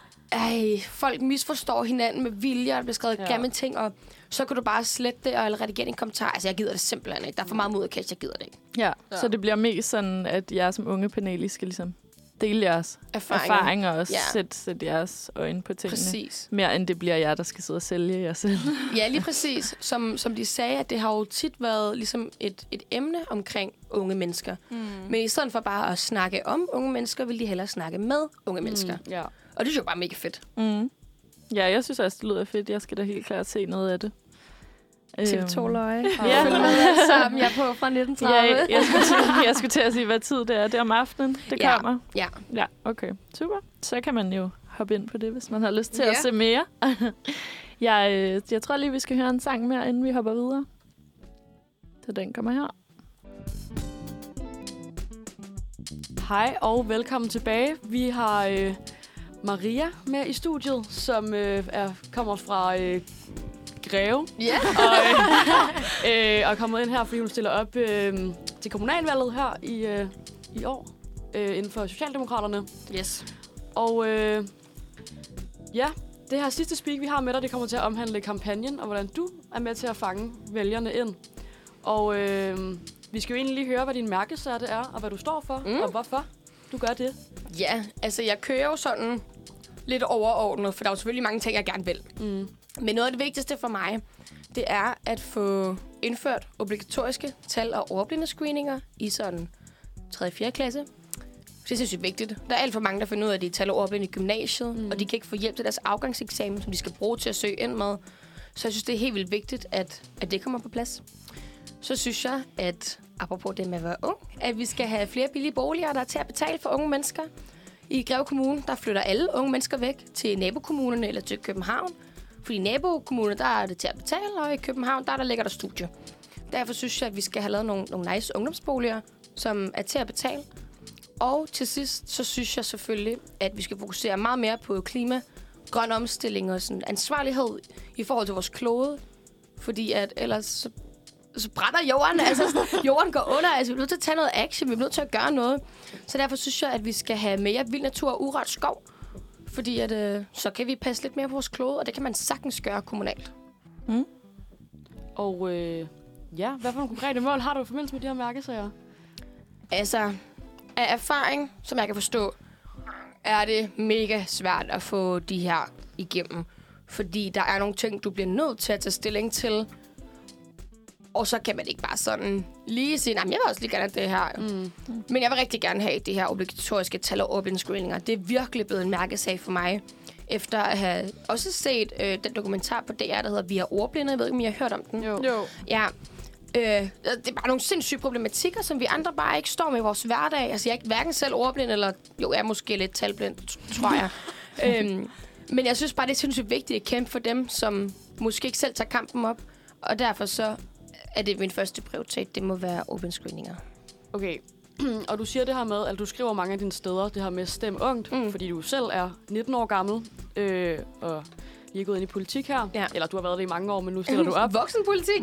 folk misforstår hinanden med vilje, og der bliver skrevet grimme ting, og så kan du bare slette det, eller redigere en kommentar. Altså, jeg gider det simpelthen ikke. Der er for meget modkast, jeg gider det ikke. Ja, så det bliver mest sådan, at jeg som unge panel skal ligesom dele jeres erfaringer og sætte jeres øjne på tingene. Præcis. Mere end det bliver jer, der skal sidde og sælge jer selv. Ja, lige præcis. Som de sagde, at det har jo tit været ligesom et emne omkring unge mennesker. Men i stedet for bare at snakke om unge mennesker, vil de hellere snakke med unge mennesker. Ja. Og det er jo bare mega fedt. Ja, jeg synes også, det lyder fedt. Jeg skal da helt klart se noget af det. TV2-løje. Ja. Følg med sammen. Jeg er på fra 1930. Ja, jeg skulle til at sige, hvad tid det er. Det er om aftenen, det kommer. Ja, okay. Super. Så kan man jo hoppe ind på det, hvis man har lyst til at se mere. Jeg tror lige, vi skal høre en sang mere, inden vi hopper videre. Så den kommer her. Hej og velkommen tilbage. Vi har Maria med i studiet, som kommer fra Greve. Ja. Og er kommet ind her, fordi hun stiller op til kommunalvalget her i år inden for Socialdemokraterne. Yes. Og ja, det her sidste speak, vi har med dig, det kommer til at omhandle kampagnen, og hvordan du er med til at fange vælgerne ind. Og vi skal jo egentlig lige høre, hvad din mærkesag det er, og hvad du står for, og hvorfor du gør det. Ja, altså jeg kører jo sådan lidt overordnet, for der er jo selvfølgelig mange ting, jeg gerne vil. Men noget af det vigtigste for mig, det er at få indført obligatoriske tal- og ordblindescreeninger i sådan 3. og 4. klasse. Det synes jeg er vigtigt. Der er alt for mange, der finder ud af, at de taler ordblinde i gymnasiet, og de kan ikke få hjælp til deres afgangseksamen, som de skal bruge til at søge ind med. Så jeg synes, det er helt vildt vigtigt, at det kommer på plads. Så synes jeg, at apropos det med at være ung, at vi skal have flere billige boliger, der er til at betale for unge mennesker. I Greve Kommune, der flytter alle unge mennesker væk til nabokommunerne eller til København. Fordi i nabokommunerne, der er det til at betale, og i København, der ligger der studie. Derfor synes jeg, at vi skal have lavet nogle nice ungdomsboliger, som er til at betale. Og til sidst, så synes jeg selvfølgelig, at vi skal fokusere meget mere på klima, grøn omstilling og sådan ansvarlighed i forhold til vores klode. Fordi at ellers så brænder jorden. Altså, jorden går under. Altså, vi er nødt til at tage noget action. Vi er nødt til at gøre noget. Så derfor synes jeg, at vi skal have mere vild natur og urørt skov. Fordi at, så kan vi passe lidt mere på vores klode, og det kan man sagtens gøre kommunalt. Og ja, hvad for nogle konkrete mål har du i forbindelse med de her mærkesager? Altså, af erfaring, som jeg kan forstå, er det mega svært at få de her igennem. Fordi der er nogle ting, du bliver nødt til at tage stilling til. Og så kan man ikke bare sådan lige sige, nej, jeg vil også lige gerne have det her. Men jeg vil rigtig gerne have de her obligatoriske tal- og ordblindescreeninger. Det er virkelig blevet en mærkesag for mig. Efter at have også set den dokumentar på DR, der hedder Vi er ordblinde. Jeg ved ikke, om I har hørt om den. Jo. Ja. Det er bare nogle sindssyge problematikker, som vi andre bare ikke står med i vores hverdag. Altså, jeg er ikke hverken selv ordblind, eller jo, jeg er måske lidt talblind, tror jeg. Men jeg synes bare, det er sindssygt vigtigt at kæmpe for dem, som måske ikke selv tager kampen op. Og derfor så er det min første prioritet. Det må være open screeninger. Okay. Og du siger det her med, at du skriver mange af dine steder, det her med stem ungt, fordi du selv er 19 år gammel, og lige er gået ind i politik her. Ja. Eller du har været det i mange år, men nu stiller du op. Voksenpolitik.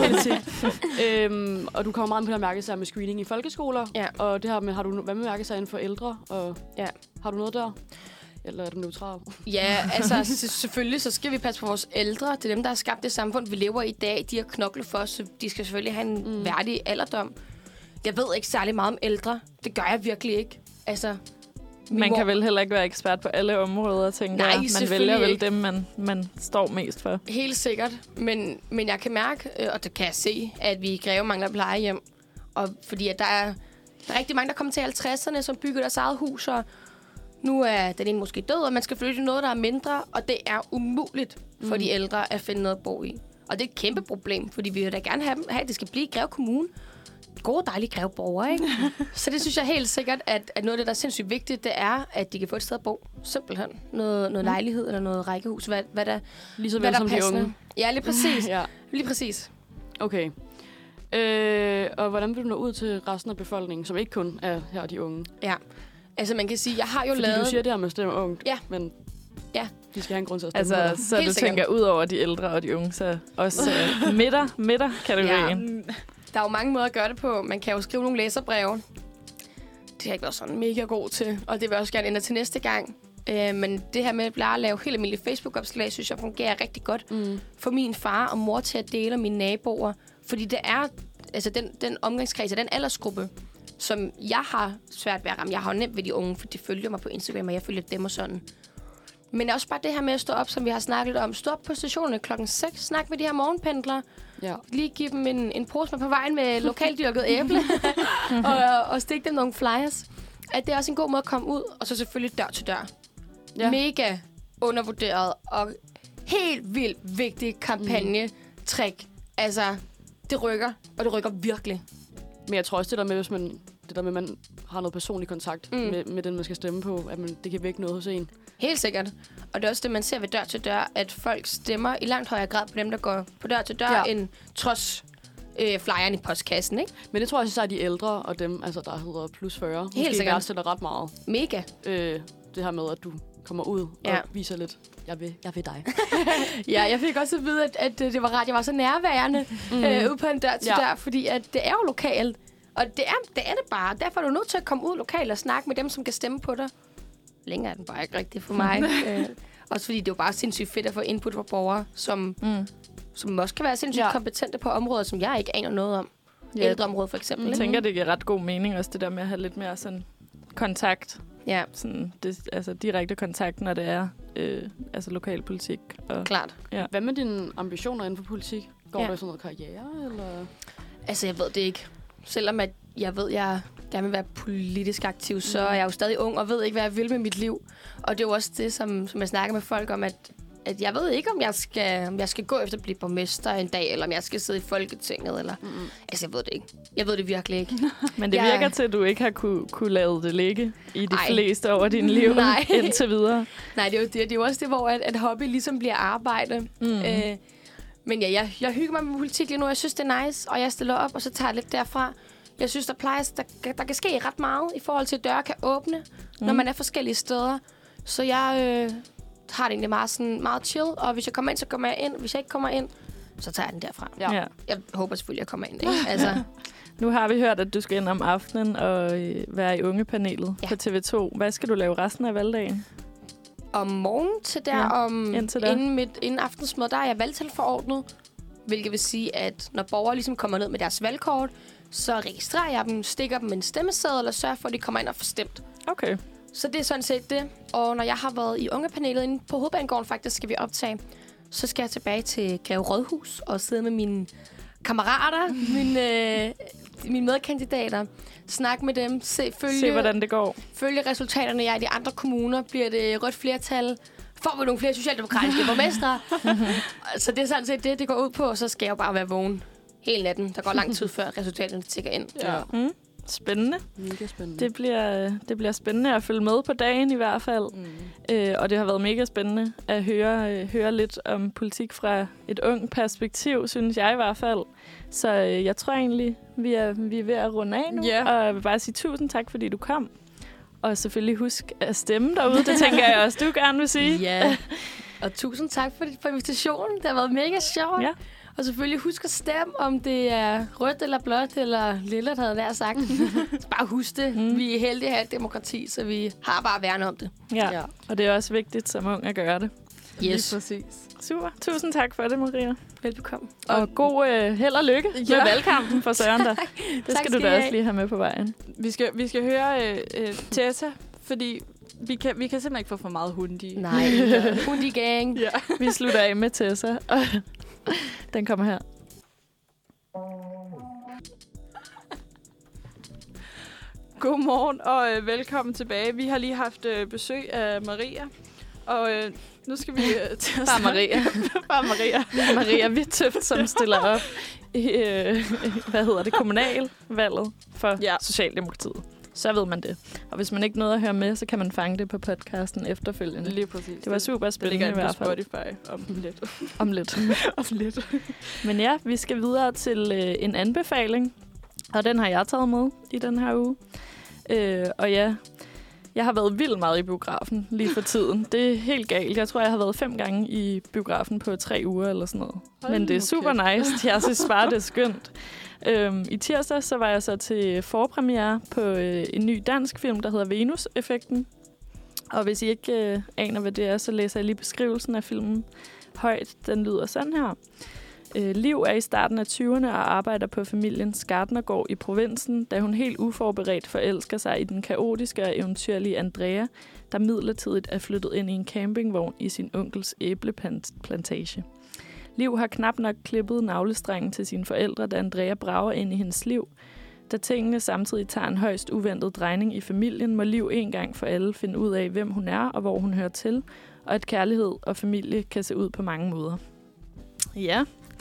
Og du kommer meget på det her mærkesager med screening i folkeskoler. Ja. Og det her med, hvad med mærkesager inden for ældre? Og har du noget der? Eller er du neutral? Ja, altså selvfølgelig, så skal vi passe på vores ældre. Det er dem, der har skabt det samfund, vi lever i dag. De har knoklet for os, så de skal selvfølgelig have en værdig alderdom. Jeg ved ikke særlig meget om ældre. Det gør jeg virkelig ikke. Altså, man kan vel heller ikke være ekspert på alle områder, tænker jeg. Man vælger vel dem, man står mest for. Helt sikkert. Men jeg kan mærke, og det kan jeg se, at vi i Greve mangler plejehjem. Og fordi at der er rigtig mange, der kommer til 50'erne, som bygger deres eget hus, og nu er den ene måske død, og man skal flytte noget, der er mindre, og det er umuligt for de ældre at finde noget at bo i. Og det er et kæmpe problem, fordi vi vil da gerne have, at det skal blive Greve Kommune. Gode, dejlige Greve-borgere, ikke? Så det synes jeg helt sikkert, at noget af det, der er sindssygt vigtigt, det er, at de kan få et sted at bo. Simpelthen. Noget lejlighed eller noget rækkehus. Hvad der lige så vel som de unge. Ja, lige præcis. Lige præcis. Okay. Og hvordan vil du nå ud til resten af befolkningen, som ikke kun er her de unge? Ja. Altså, man kan sige, jeg har jo fordi lavet... du siger det her med stemme ungt, men de skal have en grund til at stemme altså, så du tænker ud over de ældre og de unge, så også midter-kategorien. Ja. Der er jo mange måder at gøre det på. Man kan jo skrive nogle læserbreve. Det har jeg ikke været sådan mega god til, og det vil jeg også gerne ændre til næste gang. Men det her med at lave helt almindelige Facebook-opslag, synes jeg fungerer rigtig godt. For min far og mor til at dele mine naboer. Fordi det er altså den omgangskreds af den aldersgruppe, som jeg har svært ved at ramme. Jeg har jo nemt ved de unge, for de følger mig på Instagram, og jeg følger dem og sådan. Men også bare det her med at stå op, som vi har snakket om. Stå op på stationen klokken 6. Snak med de her morgenpendlere. Ja. Lige give dem en pose med på vejen med lokaldyrket æble. og stikke dem nogle flyers. At det er også en god måde at komme ud. Og så selvfølgelig dør til dør. Ja. Mega undervurderet og helt vildt vigtig kampagne-trick. Altså, det rykker, og det rykker virkelig. Men jeg tror også, det der med, at man har noget personlig kontakt med den, man skal stemme på, at det kan vække noget hos en. Helt sikkert. Og det er også det, man ser ved dør til dør, at folk stemmer i langt højere grad på dem, der går på dør til dør, end trods flyeren i postkassen, ikke? Men det tror jeg så er de ældre og dem, altså, der hedder plus 40. Helt Måske sikkert. værdsætter ret meget. Mega. Det her med, at du kommer ud og viser lidt, jeg vil dig. Ja, jeg fik også at vide, at det var ret, jeg var så nærværende ude på en dør til dør, fordi at det er jo lokalt. Og det er det bare. Derfor er du nødt til at komme ud lokalt og snakke med dem, som kan stemme på dig. Længere er den bare ikke rigtig for mig. Også fordi det er jo bare sindssygt fedt at få input fra borgere, som også kan være sindssygt kompetente på områder, som jeg ikke aner noget om. Ældreområdet for eksempel. Jeg tænker, det giver ret god mening også, det der med at have lidt mere sådan kontakt. Ja. Sådan, altså direkte kontakt, når det er altså lokalpolitik. Og, klart. Ja. Hvad med dine ambitioner inden for politik? Går der sådan noget karriere, eller? Altså, jeg ved det ikke. Selvom at jeg ved, jeg gerne vil være politisk aktiv, så er jeg jo stadig ung og ved ikke, hvad jeg vil med mit liv. Og det er jo også det, som jeg snakker med folk om, at jeg ved ikke, om jeg skal gå efter at blive borgmester en dag, eller om jeg skal sidde i Folketinget, eller... Altså, jeg ved det ikke. Jeg ved det virkelig ikke. Men det virker til, at du ikke har kunne lade det ligge i de fleste over din liv indtil videre. Nej, det er jo det. Det er jo også det, hvor at hobby ligesom bliver arbejde. Men ja, jeg hygger mig med politik lige nu. Jeg synes, det er nice, og jeg stiller op, og så tager jeg lidt derfra. Jeg synes, der kan ske ret meget i forhold til, at døre kan åbne, når man er forskellige steder. Så jeg har det egentlig meget chill, og hvis jeg kommer ind, så kommer jeg ind. Hvis jeg ikke kommer ind, så tager jeg den derfra. Ja. Jeg håber selvfølgelig, at jeg kommer ind. Ikke? Altså. Nu har vi hørt, at du skal ind om aftenen og være i ungepanelet på TV2. Hvad skal du lave resten af valgdagen? Om morgenen til der, inden aftensmad, der er jeg valgtilforordnet. Hvilket vil sige, at når borgere ligesom kommer ned med deres valgkort, så registrerer jeg dem, stikker dem en stemmeseddel og sørger for, at de kommer ind og får stemt. Okay. Så det er sådan set det. Og når jeg har været i ungepanelet inde på Hovedbanegården, faktisk skal vi optage, så skal jeg tilbage til Greve Rådhus og sidde med mine kammerater, mine medkandidater, snakke med dem, se hvordan det går. Følge resultaterne i de andre kommuner. Bliver det rødt flertal? Får vi nogle flere socialdemokratiske borgmestre? Så det er sådan set det går ud på, og så skal jeg jo bare være vågen hele natten. Der går lang tid før resultaterne tikker ind. Ja. Spændende. Mega spændende. Det bliver spændende at følge med på dagen i hvert fald. Og det har været mega spændende at høre lidt om politik fra et ung perspektiv, synes jeg i hvert fald. Så jeg tror egentlig, vi er ved at runde af nu. Yeah. Og jeg vil bare sige tusind tak, fordi du kom. Og selvfølgelig husk at stemme derude. Det tænker jeg også, du gerne vil sige. Ja. Og tusind tak for invitationen. Det har været mega sjovt. Ja. Og selvfølgelig husk at stemme, om det er rødt eller blåt eller lilla, havde jeg sagt. Bare husk det. Vi er heldige at have et demokrati, så vi har bare værne om det. Ja, og det er også vigtigt som ung at gøre det. Yes. Lige præcis. Super. Tusind tak for det, Maria. Velbekomme. Og god held og lykke med valgkampen for Søren der. Det skal du da også lige have med på vejen. Vi skal høre Tessa, fordi vi kan simpelthen ikke få for meget hundi. Nej, hundi-gang. Ja. Vi slutter af med Tessa. Den kommer her. Godmorgen og velkommen tilbage. Vi har lige haft besøg af Maria, og nu skal vi til at Bare Maria. Bare Maria. Maria Vittøft, som stiller op i kommunalvalget for Socialdemokratiet. Så ved man det. Og hvis man ikke nåede at høre med, så kan man fange det på podcasten efterfølgende. Lige præcis. Det var super spændende i hvert fald. Det ligger på Spotify om lidt. Om lidt. Om lidt. Men ja, vi skal videre til en anbefaling. Og den har jeg taget med i den her uge. Og ja, jeg har været vildt meget i biografen lige for tiden. Det er helt galt. Jeg tror, jeg har været 5 gange i biografen på 3 uger eller sådan noget. Men det er super nice. Jeg synes bare, det er skønt. I tirsdag så var jeg så til forpremiere på en ny dansk film, der hedder Venus-effekten. Og hvis I ikke aner, hvad det er, så læser jeg lige beskrivelsen af filmen højt. Den lyder sådan her. Liv er i starten af 20'erne og arbejder på familiens gartnergård i provinsen, da hun helt uforberedt forelsker sig i den kaotiske og eventyrlige Andrea, der midlertidigt er flyttet ind i en campingvogn i sin onkels æbleplantage. Liv har knap nok klippet navlestrengen til sine forældre, da Andrea brager ind i hendes liv. Da tingene samtidig tager en højst uventet drejning i familien, må Liv en gang for alle finde ud af, hvem hun er og hvor hun hører til, og at kærlighed og familie kan se ud på mange måder. Ja,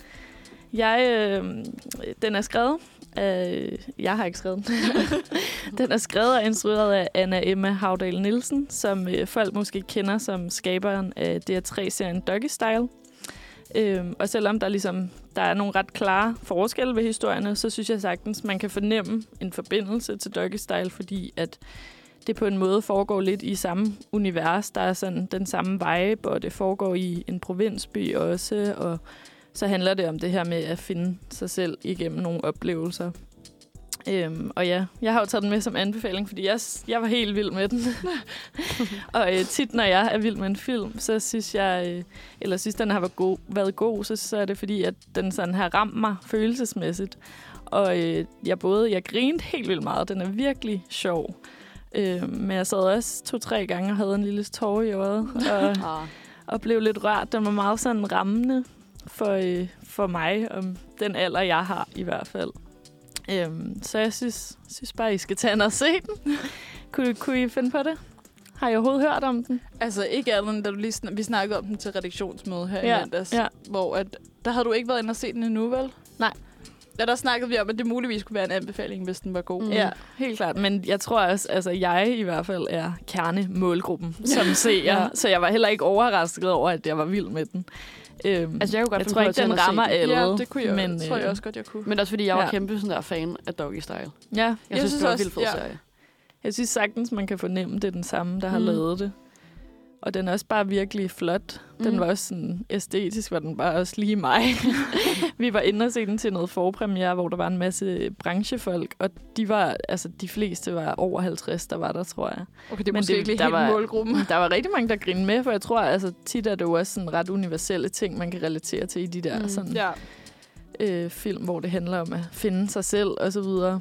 den er skrevet af... Jeg har ikke skrevet den. Den er skrevet og instrueret af Anna Emma Havdal Nielsen, som folk måske kender som skaberen af DR3-serien Doggy Style. Og selvom der er nogle ret klare forskelle ved historierne, så synes jeg sagtens, man kan fornemme en forbindelse til Doggy Style, fordi at det på en måde foregår lidt i samme univers. Der er sådan den samme vibe, og det foregår i en provinsby også, og så handler det om det her med at finde sig selv igennem nogle oplevelser. Og ja, jeg har jo taget den med som anbefaling, fordi jeg var helt vild med den. Og tit, når jeg er vild med en film, så synes jeg, eller synes, den har været god, så er det fordi, at den sådan har ramt mig følelsesmæssigt. Og jeg grinte helt vildt meget. Den er virkelig sjov. Men jeg sad også 2-3 gange og havde en lille tårer i øjet. Og blev lidt rørt. Den var meget sådan rammende for mig, om den alder, jeg har i hvert fald. Så jeg synes bare, I skal tage den og se den. Kunne I finde på det? Har I overhovedet hørt om den? Altså ikke andet, da vi snakkede om den til redaktionsmøde her i mandags, hvor der havde du ikke været inde og se den endnu, vel? Nej. Ja, der snakkede vi om, at det muligvis kunne være en anbefaling, hvis den var god. Ja, helt klart. Men jeg tror også, altså jeg i hvert fald er kernemålgruppen, som ser. Så jeg var heller ikke overrasket over, at jeg var vild med den. Altså, jeg kunne godt jeg tror ikke, den rammer alle. Ja, det kunne jeg, tror jeg også godt, jeg kunne. Men også fordi jeg var kæmpe sådan der fan af Doggy Style. Ja. Jeg synes, det var en vildt fed serie. Jeg synes sagtens, man kan fornemme, det er den samme, der har lavet det. Og den er også bare virkelig flot. Den var også sådan æstetisk, var den bare også lige mig. Vi var inde og se den til noget forpremiere, hvor der var en masse branchefolk, og de fleste var over 50, der var der, tror jeg. Okay, det er måske ikke helt målgruppen. Der var rigtig mange, der grinede med, for jeg tror, altså tit er det jo også sådan ret universelle ting, man kan relatere til i de der sådan, film, hvor det handler om at finde sig selv og så videre.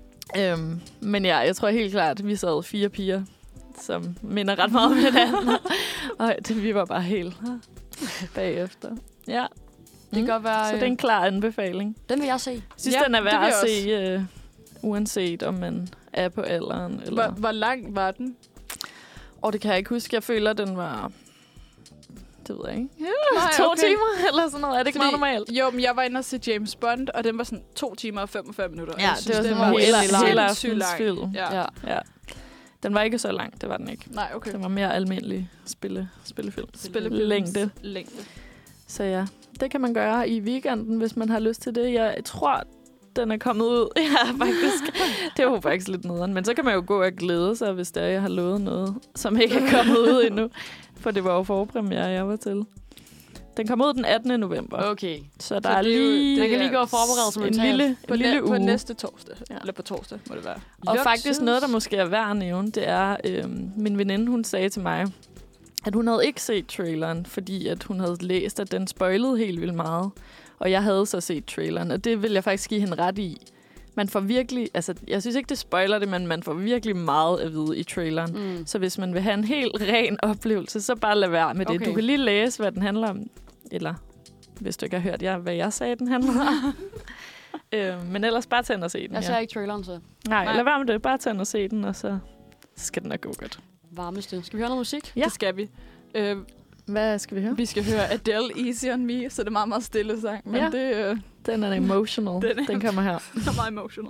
Men ja, jeg tror helt klart, at vi sad 4 piger, som minder ret meget om hinanden. Og vi var bare helt bagefter. Ja. Det kan godt være... Så det er en klar anbefaling. Den vil jeg se. Jeg synes, den er værd at se, uanset om man er på alderen. Eller... Hvor lang var den? Det kan jeg ikke huske. Jeg føler, den var... Det ved jeg ikke. Nej, 2 timer eller sådan noget. Er det ikke meget normalt? Jo, men jeg var inde og se James Bond, og den var sådan 2 timer og 45 minutter. Ja, synes, det var sådan en helt film. Ja. Den var ikke så lang, det var den ikke. Nej, okay. Den var mere almindelig spillefilm. Længde. Så ja, det kan man gøre i weekenden, hvis man har lyst til det. Jeg tror, den er kommet ud. Ja, faktisk. Det var faktisk lidt nederen. Men så kan man jo gå og glæde sig, hvis jeg har lovet noget, som ikke er kommet ud endnu. For det var jo forpremiere, jeg var til. Den kom ud den 18. november. Okay. Så der er lige... Den kan lige gå og forberede som en lille uge. På næste torsdag. Ja. Eller på torsdag, må det være. Og faktisk noget, der måske er værd at nævne, det er... min veninde, hun sagde til mig, at hun havde ikke set traileren, fordi at hun havde læst, at den spoilede helt vildt meget. Og jeg havde så set traileren, og det vil jeg faktisk give hende ret i. Man får virkelig... Altså, jeg synes ikke, det spoiler det, men man får virkelig meget at vide i traileren. Så hvis man vil have en helt ren oplevelse, så bare lad være med det. Du kan lige læse, hvad den handler om. Eller, hvis du ikke har hørt, hvad jeg sagde, den handler om. Men ellers bare tænd og se den. Jeg ser ikke traileren, så. Nej, lad være med det. Bare tænd og se den, og så skal den nok gå godt. Varmeste. Skal vi høre noget musik? Ja. Det skal vi. Hvad skal vi høre? Vi skal høre Adele, Easy on Me, så det er meget, meget stille sang. Men den er emotional. Den kommer her. Den er meget emotional.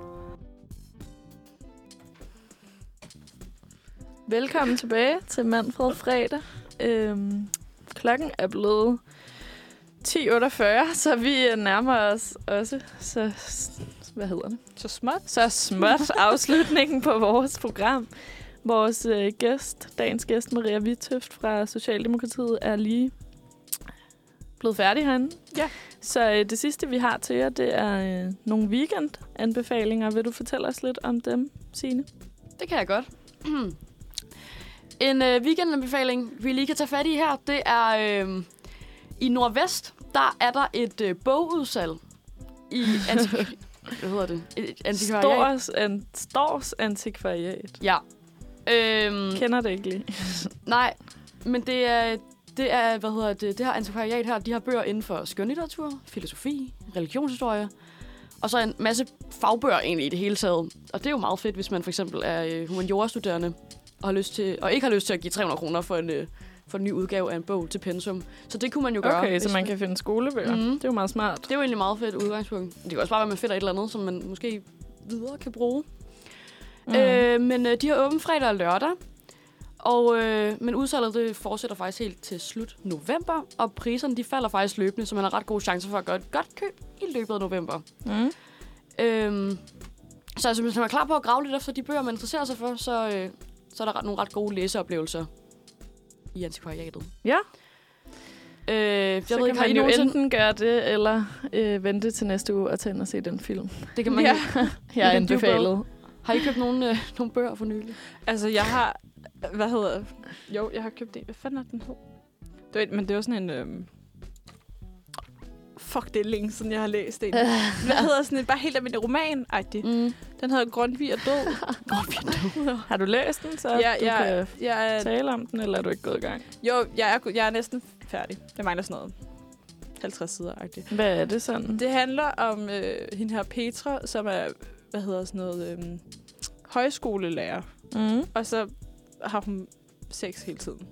Velkommen tilbage til Manfred Fredag. Klokken er blevet 10:48, så vi nærmer os også. Så, hvad hedder det? Så småt afslutningen på vores program. Vores dagens gæst, Maria Vittøft fra Socialdemokratiet, er lige blevet færdig herinde. Ja. Så det sidste, vi har til jer, det er nogle weekendanbefalinger. Vil du fortælle os lidt om dem, Signe? Det kan jeg godt. En weekendanbefaling, vi lige kan tage fat i her, det er i Nordvest, der er der et bogudsalg i hvad hedder det? Antikvariat. Stors Antikvariat. Ja. Kender det ikke lige. Nej, men det er det her antikvariat her, de har bøger inden for skønlitteratur, filosofi, religionshistorie, og så en masse fagbøger egentlig i det hele taget. Og det er jo meget fedt, hvis man for eksempel er humaniora-studerende og ikke har lyst til at give 300 kroner for en ny udgave af en bog til pensum. Så det kunne man jo gøre. Okay, så man kan finde skolebøger. Det er jo meget smart. Det er jo egentlig meget fedt udgangspunkt. Det kan også bare være, at man finder et eller andet, som man måske videre kan bruge. Men de har åbent fredag og lørdag. Men udsalget det fortsætter faktisk helt til slut november, og priserne de falder faktisk løbende, så man har ret gode chancer for at gøre et godt køb i løbet af november. Så altså, hvis man er klar på at grave lidt efter de bøger, man interesserer sig for, så er der nogle ret gode læseoplevelser i antikvariatet. Ja. Så kan man jo enten gøre det, eller vente til næste uge og tage ind og se den film. Det kan man jeg er anbefalet. Har I købt nogle bøger for nylig? Altså, jeg har... jeg har købt en. Hvad fanden er den hed? Men det var sådan en... Fuck, det er længe siden, jeg har læst den. Hvad hedder sådan en bare helt almindelig roman-agtig? Den hedder Grundtvig er død. Grundtvig er død. Har du læst den, så du kan tale om den, eller er du ikke gået i gang? Jo, jeg er næsten færdig. Det mangler sådan noget 50 sider-agtigt. Hvad er det sådan? Det handler om hende her Petra, som er, højskolelærer. Og så har hun sex hele tiden.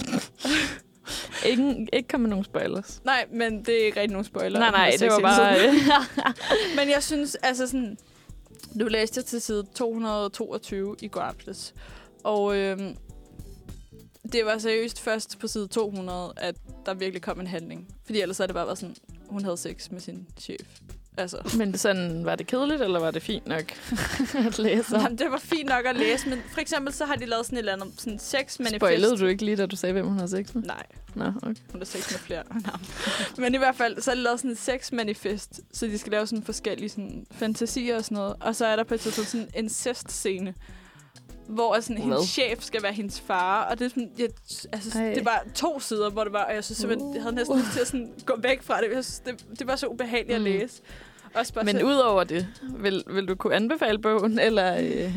Ikke komme med nogen spoilers. Nej, men det er ikke rigtig nogen spoiler. Nej, det var bare... Men jeg synes, altså sådan... Nu læste jeg til side 222 i går aftes. Og det var seriøst først på side 200, at der virkelig kom en handling. Fordi ellers er det bare sådan, hun havde sex med sin chef. Altså. Men sådan, var det kedeligt, eller var det fint nok at læse? Jamen, det var fint nok at læse, men for eksempel så har de lavet sådan et eller andet sådan sex-manifest. Spoilede du ikke lige, da du sagde, hvem hun har sex med? Nej. Nå, okay. Hun har sex med flere. Men i hvert fald, så har de lavet sådan et sex-manifest, så de skal lave sådan forskellige sådan, fantasier og sådan noget. Og så er der på et tidspunkt sådan en incest-scene, hvor sådan, hendes chef skal være hendes far. Og det er sådan, det var 2 sider, hvor det var, og jeg synes simpelthen, jeg havde næsten lyst til at sådan, gå væk fra det. Jeg synes, det var så ubehageligt at læse. Men udover det, vil du kunne anbefale bogen, eller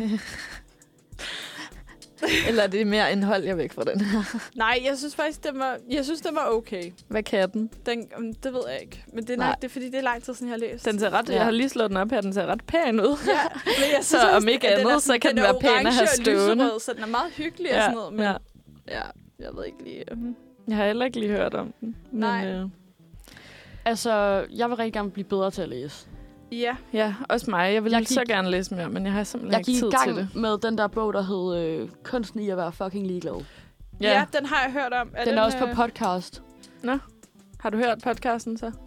eller er det mere indhold, jeg væk fra den her? Nej, jeg synes faktisk, den var okay. Hvad kan den? Det ved jeg ikke. Men det er nok, det er, fordi det er lang tid siden, jeg har læst. Den ser ret, jeg har lige slået den op her, den ser ret pæn ud. Ja, men jeg synes så om ikke andet, så kan den være pæn at have stående. Så den er meget hyggelig og sådan noget. Men jeg ved ikke lige... Jeg har heller ikke lige hørt om den. Nej. Altså, jeg vil rigtig gerne blive bedre til at læse. Ja, også mig. Jeg vil så gerne læse mere, men jeg har simpelthen ikke tid til det. Jeg gik i gang med den der bog, der hed Kunsten i at være fucking ligeglad. Ja, den har jeg hørt om. Den er også på podcast. Nå. Har du hørt podcasten så?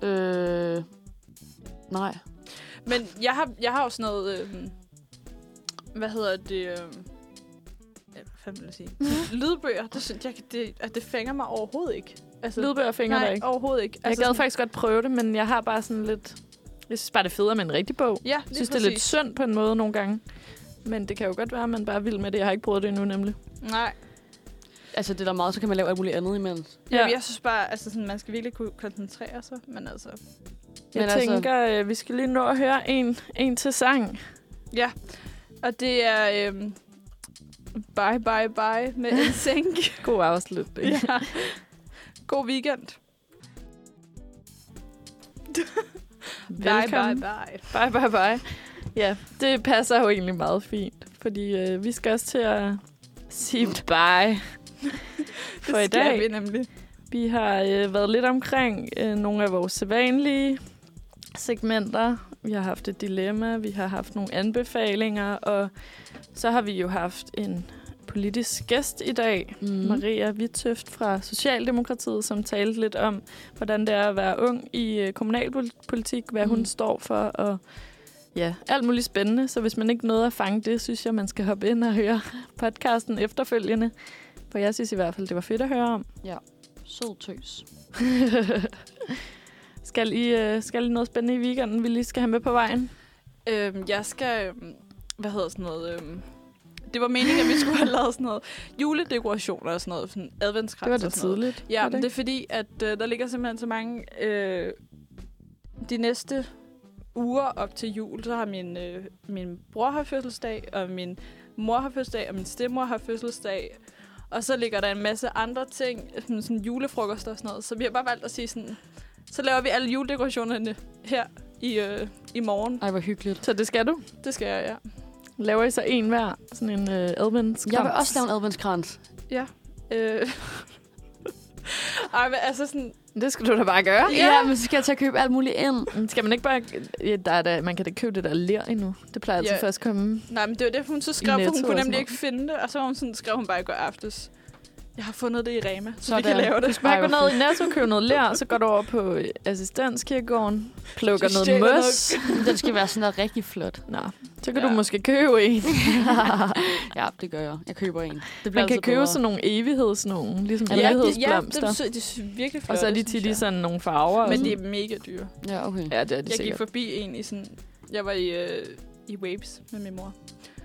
Nej. Men jeg har også noget... hvad hedder det? Hvad fanden vil jeg sige? Lydbøger, det synes jeg, det fænger mig overhovedet ikke. Altså, lydbøger fænger dig ikke? Nej, overhovedet ikke. Jeg gad faktisk godt prøve det, men jeg har bare sådan lidt... Jeg synes bare, det er federe med en rigtig bog. Ja, jeg synes, det er lidt synd på en måde nogle gange. Men det kan jo godt være, at man bare vil med det. Jeg har ikke prøvet det endnu, nemlig. Nej. Altså, det er der meget, så kan man lave alt muligt andet imens. Ja, jeg synes bare, altså, sådan, man skal virkelig kunne koncentrere sig. Men altså... Jeg tænker, vi skal lige nå at høre en til sang. Ja, og det er... Bye, bye, bye med NSYNC. God afslutning. Ja. God weekend. Velkommen. Bye, bye, bye. Ja, det passer jo egentlig meget fint, fordi vi skal også til at sige bye for i dag. Vi nemlig. Vi har været lidt omkring nogle af vores sædvanlige segmenter. Vi har haft et dilemma, vi har haft nogle anbefalinger, og så har vi jo haft en politisk gæst i dag, Maria Vittøft fra Socialdemokratiet, som talte lidt om, hvordan det er at være ung i kommunalpolitik, hvad hun står for, og ja, alt muligt spændende. Så hvis man ikke nåede at fange det, synes jeg, man skal hoppe ind og høre podcasten efterfølgende. For jeg synes i hvert fald, det var fedt at høre om. Ja, sød tøs. Skal I noget spændende i weekenden, vi lige skal have med på vejen? Jeg skal... Hvad hedder sådan noget... Det var meningen, at vi skulle have lavet sådan noget juledekorationer og sådan noget, sådan adventskrans. Det var da tidligt. Ja, men det er fordi, at der ligger simpelthen så mange... de næste uger op til jul, så har min bror har fødselsdag, og min mor har fødselsdag, og min stedmor har fødselsdag. Og så ligger der en masse andre ting, sådan julefrokoster og sådan noget. Så vi har bare valgt at sige sådan... Så laver vi alle juledekorationerne her i morgen. Ej, hvor hyggeligt. Så det skal du? Det skal jeg, ja. Laver I så en hver? Sådan en adventskrans? Jeg vil også lave en adventskrans. Ja. Ej, men altså sådan... Det skal du da bare gøre. Ja, men så skal jeg til at købe alt muligt ind. Skal man ikke bare... man kan da købe det der ler endnu. Det plejer altid først komme. Nej, men det var det, hun så skrev, for hun kunne nemlig ikke finde det. Og så var hun sådan, skrev hun bare i går aftes. Jeg har fundet det i Rema, så vi Sådan. kan lave det. Du skal bare gå ned i Netto, købe noget ler, så går du over på Assistenskirkegården, plukker noget mos. Den skal være sådan noget rigtig flot. Nå, så kan du måske købe en. Ja, det gør jeg. Jeg køber en. Det Man kan købe sådan nogle evighedsnogen, ligesom evighedsblomster. Ja, det er virkelig flot. Og så er de tit i sådan nogle farver. Men de er mega dyre. Ja, okay. Ja, det er de Jeg gik sikkert. forbi en i sådan... Jeg var i Waves med min mor.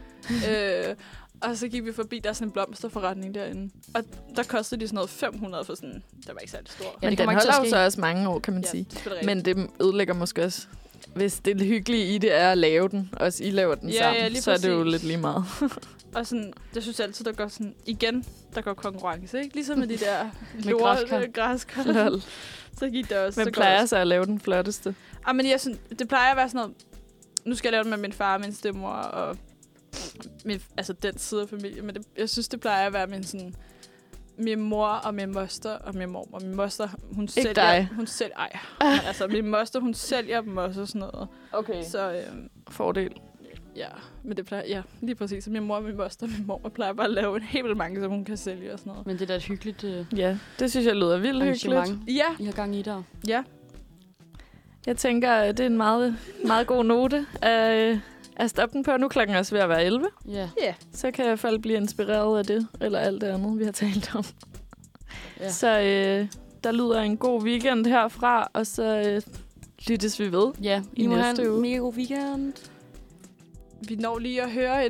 Og så gik vi forbi, der er sådan en blomsterforretning derinde. Og der kostede de sådan noget 500 for sådan... Der var ikke særlig stor. Men den holder jo så også mange år, kan man sige. det Men det ødelægger måske også... Hvis det hyggelige i det er at lave den, også I laver den sammen, så er det jo lidt lige meget. Og sådan, det synes jeg altid, der går sådan... Igen, der går konkurrence, ikke? Ligesom med de der græskar. Lol. Så gik det også... Hvem plejer så at lave den flotteste? Men jeg synes, det plejer at være sådan noget... Nu skal jeg lave den med min far og min stemmor og... altså den side af familien. Men jeg synes, det plejer at være min mor og min moster og min mor. Og min moster, hun sælger... dig. Hun sælger... altså, min moster, hun sælger dem også og sådan noget. Okay. Så... Fordel. Ja, men det plejer... Ja, lige præcis. Så min mor og min moster og min mor plejer bare at lave en helt vildt mange, som hun kan sælge og sådan noget. Men det er da et hyggeligt... Ja, det synes jeg lyder vildt hyggeligt. Ja. I har gang i der. Ja. Jeg tænker, det er en meget, meget god note at stoppe den på. Nu klokken er også ved at være 11. Ja. Yeah. Så kan jeg i hvert fald blive inspireret af det, eller alt det andet, vi har talt om. Ja. Så der lyder en god weekend herfra, og så lyttes vi ved I i må næste have uge. en mega god weekend. Vi når lige at høre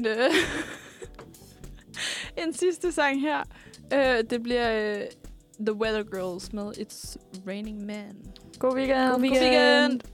en sidste sang her. Det bliver The Weather Girls med It's Raining Men. God weekend. God weekend.